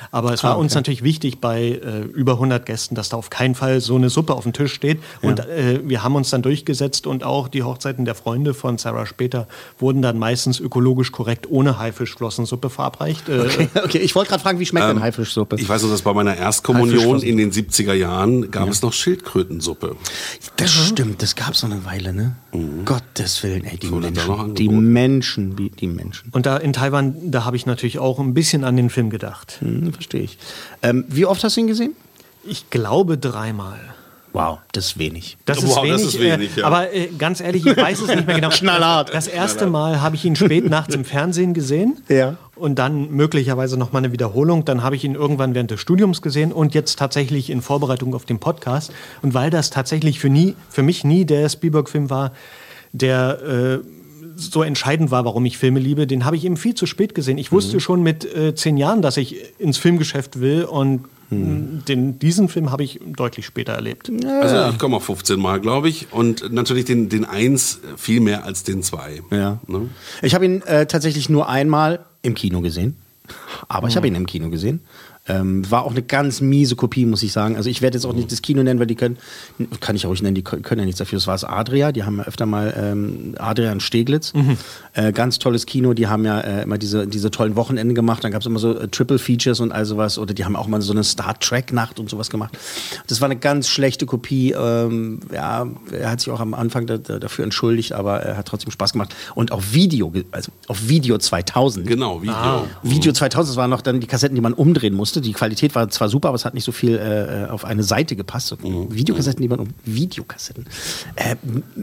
Aber es war Ah, okay. uns natürlich wichtig bei äh, über hundert Gästen, dass da auf keinen Fall so eine Suppe auf dem Tisch steht. Ja. Und äh, wir haben uns dann durchgesetzt und auch die Hochzeiten der Freunde von Sarah später wurden dann meistens ökologisch korrekt ohne Haifischflossensuppe verabreicht. Äh, Okay, okay. Ich wollte gerade fragen, wie schmeckt Ähm, denn Haifischsuppe? Ich weiß noch, dass bei meiner Erstkommunion in den siebziger Jahren gab es noch Schildkrötensuppe. Das stimmt, das gab es noch eine Weile, ne? Mhm. Gottes Willen, ey, die Wurde da noch Menschen, die angeboten. Menschen, die, die Menschen. Und da in Taiwan, da habe ich natürlich auch ein bisschen an den Film gedacht. Hm, verstehe ich. Ähm, wie oft hast du ihn gesehen? Ich glaube dreimal. Wow, das ist wenig. Das ist Wow, wenig, das ist wenig, äh, ja. aber äh, ganz ehrlich, ich weiß es nicht mehr genau. Knallhart. Das erste Mal habe ich ihn spät nachts im Fernsehen gesehen. Ja. Und dann möglicherweise noch mal eine Wiederholung. Dann habe ich ihn irgendwann während des Studiums gesehen und jetzt tatsächlich in Vorbereitung auf den Podcast. Und weil das tatsächlich für, nie, für mich nie der Spielberg-Film war, der äh, so entscheidend war, warum ich Filme liebe, den habe ich eben viel zu spät gesehen. Ich wusste Mhm. schon mit äh, zehn Jahren, dass ich ins Filmgeschäft will und Mhm. den, diesen Film habe ich deutlich später erlebt. Also ich komme auf fünfzehn Mal, glaube ich. Und natürlich den, den eins viel mehr als den zwei. Ja. Ne? Ich habe ihn äh, tatsächlich nur einmal im Kino gesehen. Aber ich habe ihn im Kino gesehen. Ähm, war auch eine ganz miese Kopie, muss ich sagen. Also ich werde jetzt auch nicht das Kino nennen, weil die können, kann ich auch nicht nennen, die können ja nichts dafür. Das war das Adria, die haben ja öfter mal ähm, Adria in Steglitz. Mhm. Äh, ganz tolles Kino, die haben ja äh, immer diese, diese tollen Wochenende gemacht. Dann gab es immer so äh, Triple Features und all sowas. Oder die haben auch mal so eine Star Trek Nacht und sowas gemacht. Das war eine ganz schlechte Kopie. Ähm, ja, er hat sich auch am Anfang da, da, dafür entschuldigt, aber er hat trotzdem Spaß gemacht. Und auf Video, also auf Video zweitausend. Genau, Video. Ah. Video zweitausend, das waren noch dann die Kassetten, die man umdrehen musste. Die Qualität war zwar super, aber es hat nicht so viel äh, auf eine Seite gepasst. Mhm. Videokassetten, die man um. Videokassetten. Äh,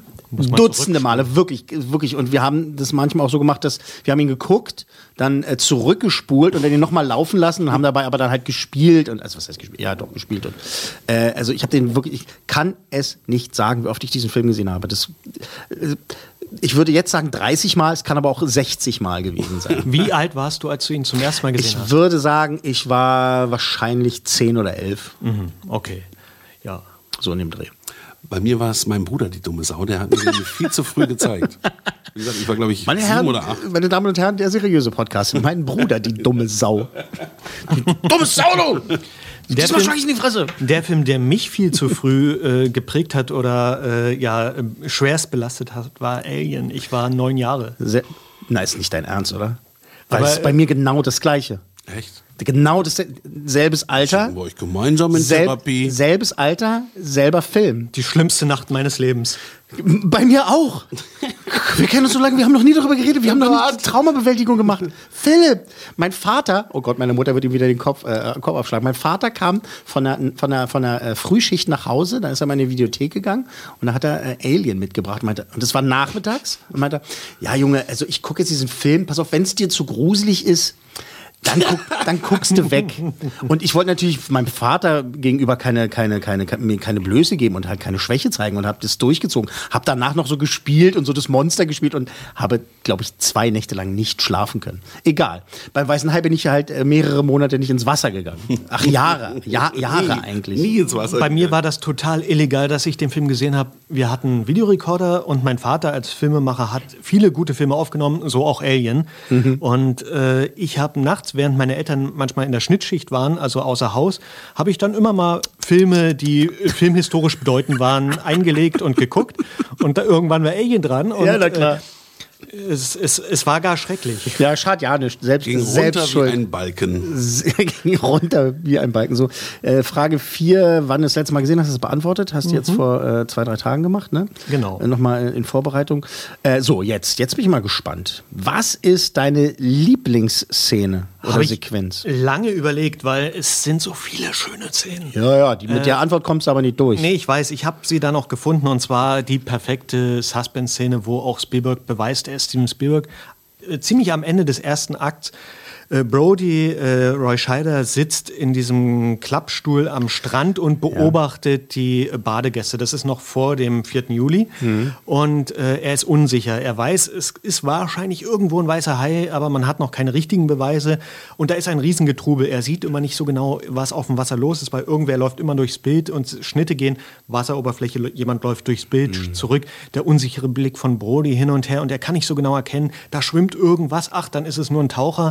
Dutzende Male, wirklich, wirklich. Und wir haben das manchmal auch so gemacht, dass wir haben ihn geguckt, dann äh, zurückgespult und dann ihn nochmal laufen lassen und haben dabei aber dann halt gespielt. Und, also was heißt gespielt? Ja, doch, gespielt. Und, äh, also ich habe den wirklich, ich kann es nicht sagen, wie oft ich diesen Film gesehen habe. Das, äh, ich würde jetzt sagen dreißig Mal, es kann aber auch sechzig Mal gewesen sein. Wie alt warst du, als du ihn zum ersten Mal gesehen Ich hast? würde sagen, ich war wahrscheinlich zehn oder elf. Mhm, okay, ja. So in dem Dreh. Bei mir war es mein Bruder, die dumme Sau, der hat mir den viel zu früh gezeigt. Wie gesagt, ich war, glaube ich, Meine sieben Herren, oder acht. meine Damen und Herren, der seriöse Podcast. Mein Bruder, die dumme Sau. Die dumme Sau, du! Der Das war Film, scheiße in die Fresse. der Film, der mich viel zu früh äh, geprägt hat oder äh, ja, äh, schwerst belastet hat, war Alien. Ich war neun Jahre. Sehr, na, ist nicht dein Ernst, oder? Weil Aber, es ist bei mir genau das Gleiche. Echt? Genau das selbes Alter. War ich gemeinsam in Sel Therapie. Selbes Alter, selber Film. Die schlimmste Nacht meines Lebens. Bei mir auch. Wir kennen uns so lange, wir haben noch nie darüber geredet, wir haben noch nie Traumabewältigung gemacht. Philipp, mein Vater, oh Gott, meine Mutter wird ihm wieder den Kopf, äh, Kopf aufschlagen. Mein Vater kam von der, von der, von der äh, Frühschicht nach Hause, dann ist er mal in die Videothek gegangen und da hat er äh, Alien mitgebracht. Meinte, und das war nachmittags. Und meinte, ja Junge, also ich gucke jetzt diesen Film, pass auf, wenn es dir zu gruselig ist, Dann, guck, dann guckst du weg. Und ich wollte natürlich meinem Vater gegenüber keine, keine, keine, keine, keine Blöße geben und halt keine Schwäche zeigen und habe das durchgezogen. Habe danach noch so gespielt und so das Monster gespielt und habe, glaube ich, zwei Nächte lang nicht schlafen können. Egal. Beim Weißen Hai bin ich halt mehrere Monate nicht ins Wasser gegangen. Ach, Jahre. Ja, Jahre nie, eigentlich. Nie ins Wasser. Bei mir war das total illegal, dass ich den Film gesehen habe. Wir hatten einen Videorekorder und mein Vater als Filmemacher hat viele gute Filme aufgenommen, so auch Alien. Mhm. Und äh, ich habe nachts, während meine Eltern manchmal in der Schnittschicht waren, also außer Haus, habe ich dann immer mal Filme, die filmhistorisch bedeutend waren, eingelegt und geguckt. Und da irgendwann war Alien dran. Und, ja, na klar. Äh, Es, es, es war gar schrecklich. Ja, schade, ja nicht. Selbst, Ging selbst runter schuld. wie ein Balken. Ging runter wie ein Balken. So, äh, Frage vier, wann du das letzte Mal gesehen hast, hast du es beantwortet. Hast du mhm. jetzt vor äh, zwei, drei Tagen gemacht, ne? Genau. Äh, Nochmal in Vorbereitung. Äh, so, jetzt, jetzt bin ich mal gespannt. Was ist deine Lieblingsszene oder Hab ich Sequenz? Lange überlegt, weil es sind so viele schöne Szenen. Ja, ja, die, mit Äh, der Antwort kommst du aber nicht durch. Nee, ich weiß, ich habe sie dann auch gefunden und zwar die perfekte Suspense-Szene, wo auch Spielberg beweist, er ist Steven Spielberg. Äh, ziemlich am Ende des ersten Akts. Äh, Brody, äh, Roy Scheider, sitzt in diesem Klappstuhl am Strand und beobachtet ja. die Badegäste. Das ist noch vor dem vierten Juli. Mhm. Und äh, er ist unsicher. Er weiß, es ist wahrscheinlich irgendwo ein weißer Hai, aber man hat noch keine richtigen Beweise. Und da ist ein Riesengetrubel. Er sieht immer nicht so genau, was auf dem Wasser los ist, weil irgendwer läuft immer durchs Bild und Schnitte gehen. Wasseroberfläche, jemand läuft durchs Bild mhm. zurück. Der unsichere Blick von Brody hin und her und er kann nicht so genau erkennen, da schwimmt irgendwas. Ach, dann ist es nur ein Taucher.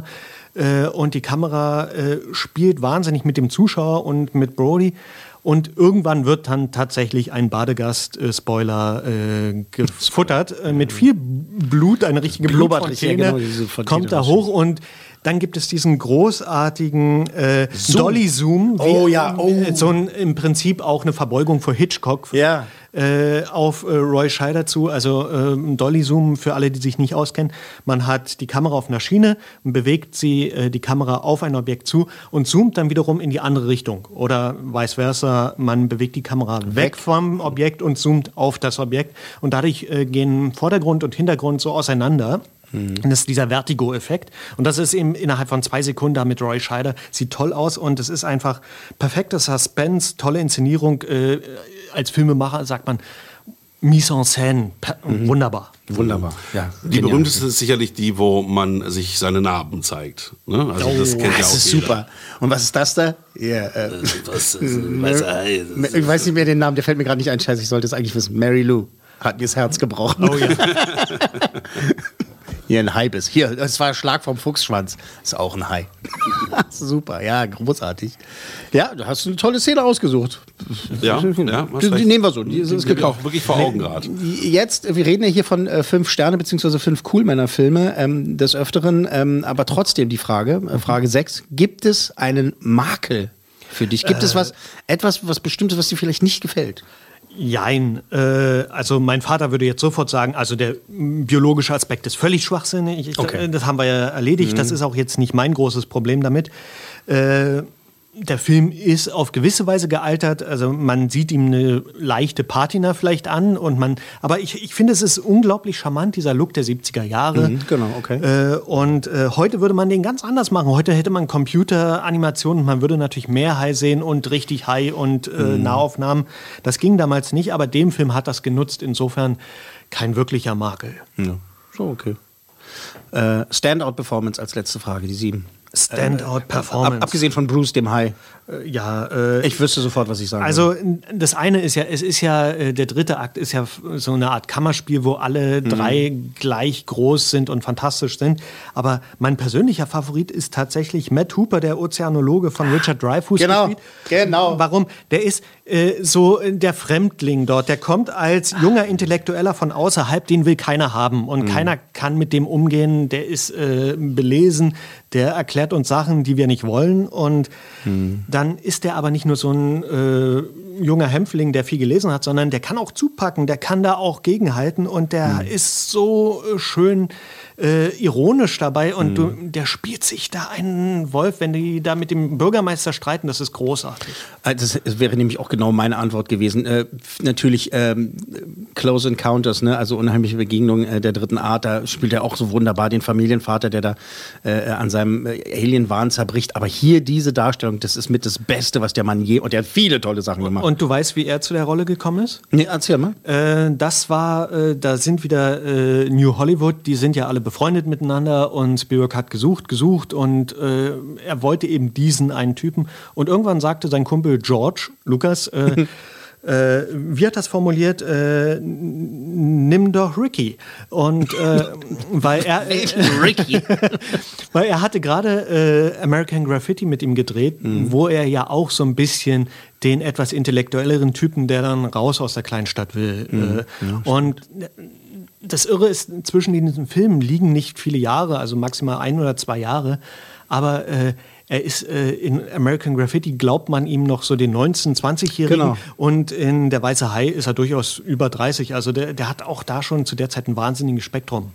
äh, und die Kamera äh, spielt wahnsinnig mit dem Zuschauer und mit Brody. Und irgendwann wird dann tatsächlich ein Badegast-Spoiler äh, gefuttert äh, mit viel Blut, eine richtige Blutfontäne, ja, genau, kommt da hoch und dann gibt es diesen großartigen äh, Dolly-Zoom, oh, ja. oh. so ein, im Prinzip auch eine Verbeugung vor Hitchcock ja. äh, auf äh, Roy Scheider zu. Also äh, ein Dolly-Zoom für alle, die sich nicht auskennen. Man hat die Kamera auf einer Schiene, und bewegt sie äh, die Kamera auf ein Objekt zu und zoomt dann wiederum in die andere Richtung. Oder vice versa, man bewegt die Kamera weg, weg vom Objekt und zoomt auf das Objekt. Und dadurch äh, gehen Vordergrund und Hintergrund so auseinander. Mhm. Und das ist dieser Vertigo-Effekt. Und das ist eben innerhalb von zwei Sekunden da mit Roy Scheider. Sieht toll aus und es ist einfach perfekter Suspense, tolle Inszenierung. Äh, als Filmemacher sagt man Mise en scène. Mhm. Wunderbar. Wunderbar, ja. Die berühmteste ist sicherlich die, wo man sich seine Narben zeigt. Ne? Also oh, das kennt das ja auch ist jeder. Super. Und was ist das da? Yeah, äh, das ist, weiß er, ich weiß nicht mehr den Namen, der fällt mir gerade nicht ein. Scheiße, ich sollte es eigentlich wissen. Mary Lou hat mir das Herz gebrochen. Oh ja. Hier ein Hai bist. Hier, das war ein Schlag vom Fuchsschwanz. Ist auch ein Hai. Super, ja, großartig. Ja, du hast eine tolle Szene ausgesucht. Ja, ja, die, die nehmen wir so. Die, die ist gekauft. Auch wirklich vor Augen gerade. Jetzt, wir reden ja hier von äh, fünf Sterne bzw. fünf Coolmänner-Filme ähm, des Öfteren. Ähm, aber trotzdem die Frage, äh, Frage sechs, gibt es einen Makel für dich? Gibt äh, es was, etwas, was Bestimmtes, was dir vielleicht nicht gefällt? Jein. Äh, also mein Vater würde jetzt sofort sagen, also der biologische Aspekt ist völlig schwachsinnig. Ich, okay. Das haben wir ja erledigt. Mhm. Das ist auch jetzt nicht mein großes Problem damit. Äh, der Film ist auf gewisse Weise gealtert. Also man sieht ihm eine leichte Patina vielleicht an. Und man, aber ich, ich finde, es ist unglaublich charmant, dieser Look der siebziger Jahre. Mhm, genau, okay. Äh, und äh, heute würde man den ganz anders machen. Heute hätte man Computeranimationen. Man würde natürlich mehr High sehen und richtig High und äh, mhm. Nahaufnahmen. Das ging damals nicht, aber dem Film hat das genutzt. Insofern kein wirklicher Makel. Ja. So, okay. Äh, Standout-Performance als letzte Frage, die sieben. Standout-Performance. Ab, abgesehen von Bruce, dem Hai. Äh, ja. Äh, ich wüsste sofort, was ich sagen Also würde. Das eine ist ja, es ist ja, äh, der dritte Akt ist ja so eine Art Kammerspiel, wo alle mhm. drei gleich groß sind und fantastisch sind. Aber mein persönlicher Favorit ist tatsächlich Matt Hooper, der Ozeanologe von Richard Dreyfuss. Genau, gespielt. genau. Warum? Der ist äh, so der Fremdling dort. Der kommt als junger Intellektueller von außerhalb, den will keiner haben. Und mhm. keiner kann mit dem umgehen. Der ist äh, belesen, der erklärt uns Sachen, die wir nicht wollen. Und mhm. dann ist der aber nicht nur so ein äh, junger Hämpfling, der viel gelesen hat, sondern der kann auch zupacken, der kann da auch gegenhalten und der mhm. ist so äh, schön äh, ironisch dabei und mhm. du, der spielt sich da einen Wolf, wenn die da mit dem Bürgermeister streiten, das ist großartig. Das wäre nämlich auch genau meine Antwort gewesen. Äh, natürlich ähm, Close Encounters, ne? Also unheimliche Begegnung äh, der dritten Art, da spielt er auch so wunderbar den Familienvater, der da äh, an seinem äh, Alien-Wahn zerbricht, aber hier diese Darstellung, das ist mit das Beste, was der Mann je, und der hat viele tolle Sachen gemacht. Und du weißt, wie er zu der Rolle gekommen ist? Nee, erzähl mal. Äh, das war, äh, da sind wieder äh, New Hollywood, die sind ja alle befreundet miteinander und Spielberg hat gesucht, gesucht und äh, er wollte eben diesen einen Typen. Und irgendwann sagte sein Kumpel George Lucas, äh, äh, wie hat das formuliert? Äh, nimm doch Ricky. Und äh, weil er äh, Ricky. weil er hatte gerade äh, American Graffiti mit ihm gedreht, mhm. wo er ja auch so ein bisschen den etwas intellektuelleren Typen, der dann raus aus der Kleinstadt will. Mhm. Äh, ja, und das Irre ist, zwischen diesen Filmen liegen nicht viele Jahre, also maximal ein oder zwei Jahre. Aber äh, er ist äh, in American Graffiti, glaubt man ihm noch so den neunzehn-, zwanzigjährigen. Genau. Und in Der Weiße Hai ist er durchaus über dreißig. Also der, der hat auch da schon zu der Zeit ein wahnsinniges Spektrum.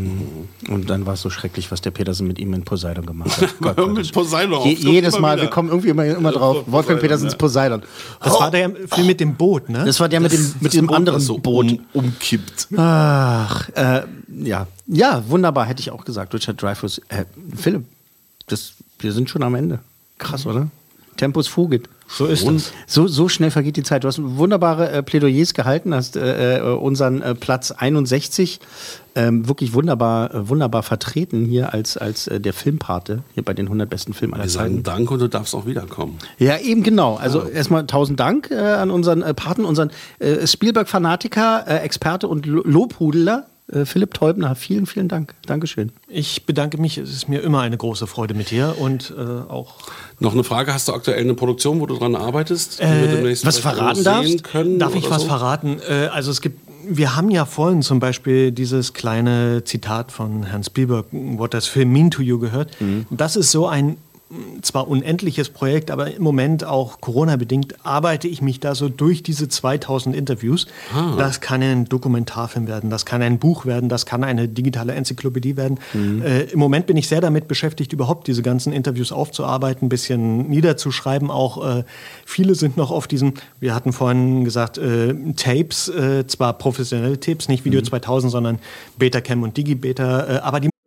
Und dann war es so schrecklich, was der Petersen mit ihm in Poseidon gemacht hat. Gott, mit Poseidon Je, jedes Mal, wieder. Wir kommen irgendwie immer, immer drauf. Wolfgang Petersens Poseidon. Das oh. war der Film mit dem Boot, ne? Das war der das, mit dem, mit dem Boot, anderen so Boot. Um, umkippt. Ach, äh, ja. Ja, wunderbar, hätte ich auch gesagt. Richard Dreyfuss. Äh, Philipp, das, wir sind schon am Ende. Krass, oder? Tempus fugit. So ist es. So, so schnell vergeht die Zeit. Du hast wunderbare äh, Plädoyers gehalten, hast äh, äh, unseren äh, Platz einundsechzig ähm, wirklich wunderbar, äh, wunderbar vertreten hier als, als äh, der Filmpate hier bei den hundert besten Filmen aller Zeiten. Wir sagen Dank und du darfst auch wiederkommen. Ja, eben genau. Also ja. erstmal tausend Dank äh, an unseren äh, Paten, unseren äh, Spielberg-Fanatiker, äh, Experte und Lo- Lobhudeler. Äh, Philipp Teubner, vielen, vielen Dank. Dankeschön. Ich bedanke mich. Es ist mir immer eine große Freude mit dir und äh, auch... Noch eine Frage, hast du aktuell eine Produktion, wo du dran arbeitest? Die Äh, wir demnächst was verraten darfst? Können Darf ich oder was so? verraten? Äh, also es gibt, wir haben ja vorhin zum Beispiel dieses kleine Zitat von Herrn Spielberg, What Does Film Mean to You, gehört. Mhm. Das ist so ein zwar unendliches Projekt, aber im Moment auch Corona-bedingt arbeite ich mich da so durch diese zweitausend Interviews. Ah. Das kann ein Dokumentarfilm werden, das kann ein Buch werden, das kann eine digitale Enzyklopädie werden. Mhm. Äh, im Moment bin ich sehr damit beschäftigt, überhaupt diese ganzen Interviews aufzuarbeiten, ein bisschen niederzuschreiben. Auch äh, viele sind noch auf diesem, wir hatten vorhin gesagt, äh, Tapes, äh, zwar professionelle Tapes, nicht Video mhm. zweitausend, sondern Betacam und Digibeta, äh, aber die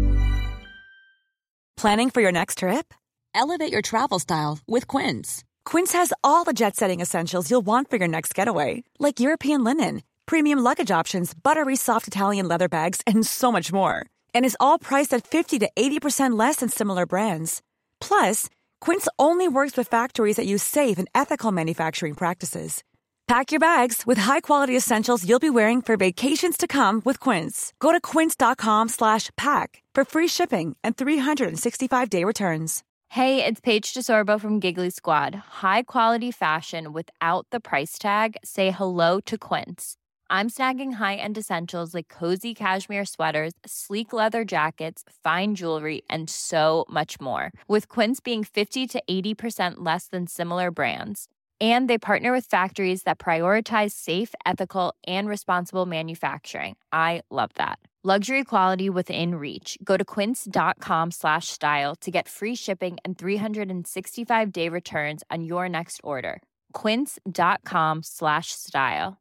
Planning for your next trip? Elevate your travel style with Quince. Quince has all the jet-setting essentials you'll want for your next getaway, like European linen, premium luggage options, buttery soft Italian leather bags, and so much more. And is all priced at fifty to eighty percent less than similar brands. Plus, Quince only works with factories that use safe and ethical manufacturing practices. Pack your bags with high-quality essentials you'll be wearing for vacations to come with Quince. Go to quince.com slash pack for free shipping and three sixty-five day returns. Hey, it's Paige DeSorbo from Giggly Squad. High quality fashion without the price tag. Say hello to Quince. I'm snagging high-end essentials like cozy cashmere sweaters, sleek leather jackets, fine jewelry, and so much more. With Quince being fifty to eighty percent less than similar brands. And they partner with factories that prioritize safe, ethical, and responsible manufacturing. I love that. Luxury quality within reach. Go to quince.com slash style to get free shipping and three sixty-five day returns on your next order. Quince.com slash style.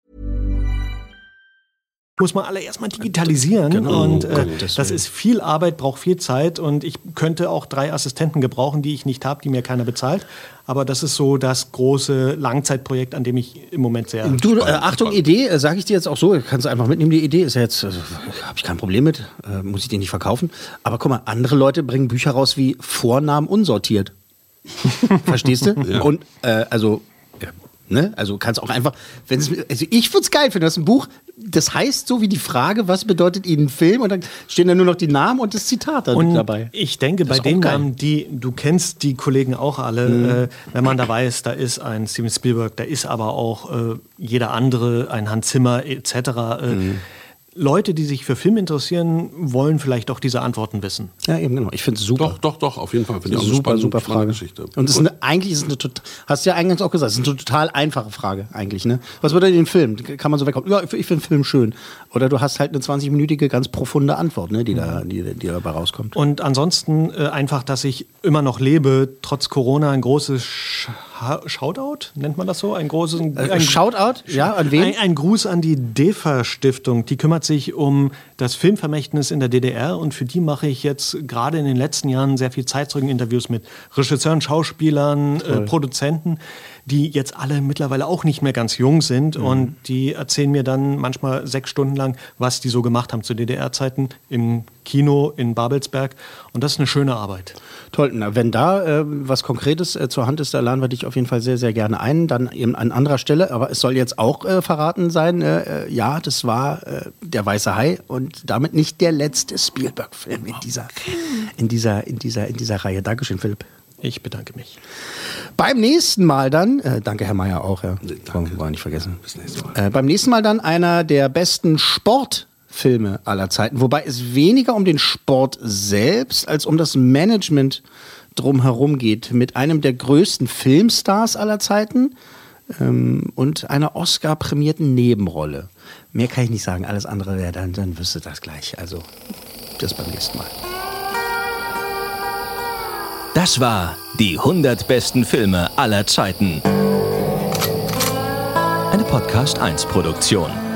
Muss man alle erstmal digitalisieren genau, und äh, Gott, das ist viel Arbeit, braucht viel Zeit und ich könnte auch drei Assistenten gebrauchen, die ich nicht habe, die mir keiner bezahlt. Aber das ist so das große Langzeitprojekt, an dem ich im Moment sehr... Du, äh, Achtung, Idee, äh, sage ich dir jetzt auch so, kannst du einfach mitnehmen, die Idee ist ja jetzt, also, habe ich kein Problem mit, äh, muss ich dir nicht verkaufen. Aber guck mal, andere Leute bringen Bücher raus wie Vornamen unsortiert. Verstehst du? Ja. Und, äh, also... Ja. Ne? Also kannst auch einfach, wenn es, also ich würde es geil finden, das ist ein Buch, das heißt so wie die Frage, was bedeutet Ihnen Film? Und dann stehen da nur noch die Namen und das Zitat und dabei. Ich denke, das bei den Namen, die du kennst, die Kollegen auch alle, mhm. äh, wenn man da weiß, da ist ein Steven Spielberg, da ist aber auch äh, jeder andere, ein Hans Zimmer et cetera. Äh, mhm. Leute, die sich für Film interessieren, wollen vielleicht auch diese Antworten wissen. Ja, eben genau. Ich finde es super. Doch, doch, doch, auf jeden Fall. Finde ich auch super, eine spannende, super Frage. Geschichte. Und es ist eine, eigentlich ist es eine total, hast du ja eingangs auch gesagt, es ist eine total einfache Frage eigentlich. Ne? Was bedeutet den Film? Kann man so wegkommen? Ja, ich finde Film schön. Oder du hast halt eine zwanzig-minütige, ganz profunde Antwort, ne, die, da, die, die dabei rauskommt. Und ansonsten äh, einfach, dass ich immer noch lebe, trotz Corona, ein großes Sch- Shoutout, nennt man das so? Ein großes ein, äh, Shoutout? Ja, an wen? Ein, ein Gruß an die DEFA-Stiftung. Die kümmert sich um das Filmvermächtnis in der D D R und für die mache ich jetzt gerade in den letzten Jahren sehr viel Zeitzeugeninterviews mit Regisseuren, Schauspielern, äh, Produzenten, die jetzt alle mittlerweile auch nicht mehr ganz jung sind mhm. und die erzählen mir dann manchmal sechs Stunden lang, was die so gemacht haben zu D D R-Zeiten im Kino in Babelsberg und das ist eine schöne Arbeit. Toll, na, wenn da äh, was Konkretes äh, zur Hand ist, da laden wir dich auf jeden Fall sehr, sehr gerne ein, dann eben an anderer Stelle, aber es soll jetzt auch äh, verraten sein, äh, ja, das war äh, Der Weiße Hai und damit nicht der letzte Spielberg-Film in dieser, in dieser, in dieser, in dieser Reihe. Dankeschön, Philipp. Ich bedanke mich. Beim nächsten Mal dann, äh, danke Herr Mayer auch, ja, nee, danke. War nicht vergessen. Bis nächstes Mal. Äh, beim nächsten Mal dann einer der besten Sportfilme aller Zeiten, wobei es weniger um den Sport selbst als um das Management drumherum geht, mit einem der größten Filmstars aller Zeiten ähm, und einer Oscar-prämierten Nebenrolle. Mehr kann ich nicht sagen, alles andere wäre dann, dann wüsste das gleich. Also, das beim nächsten Mal. Das war die hundert besten Filme aller Zeiten. Eine Podcast eins Produktion.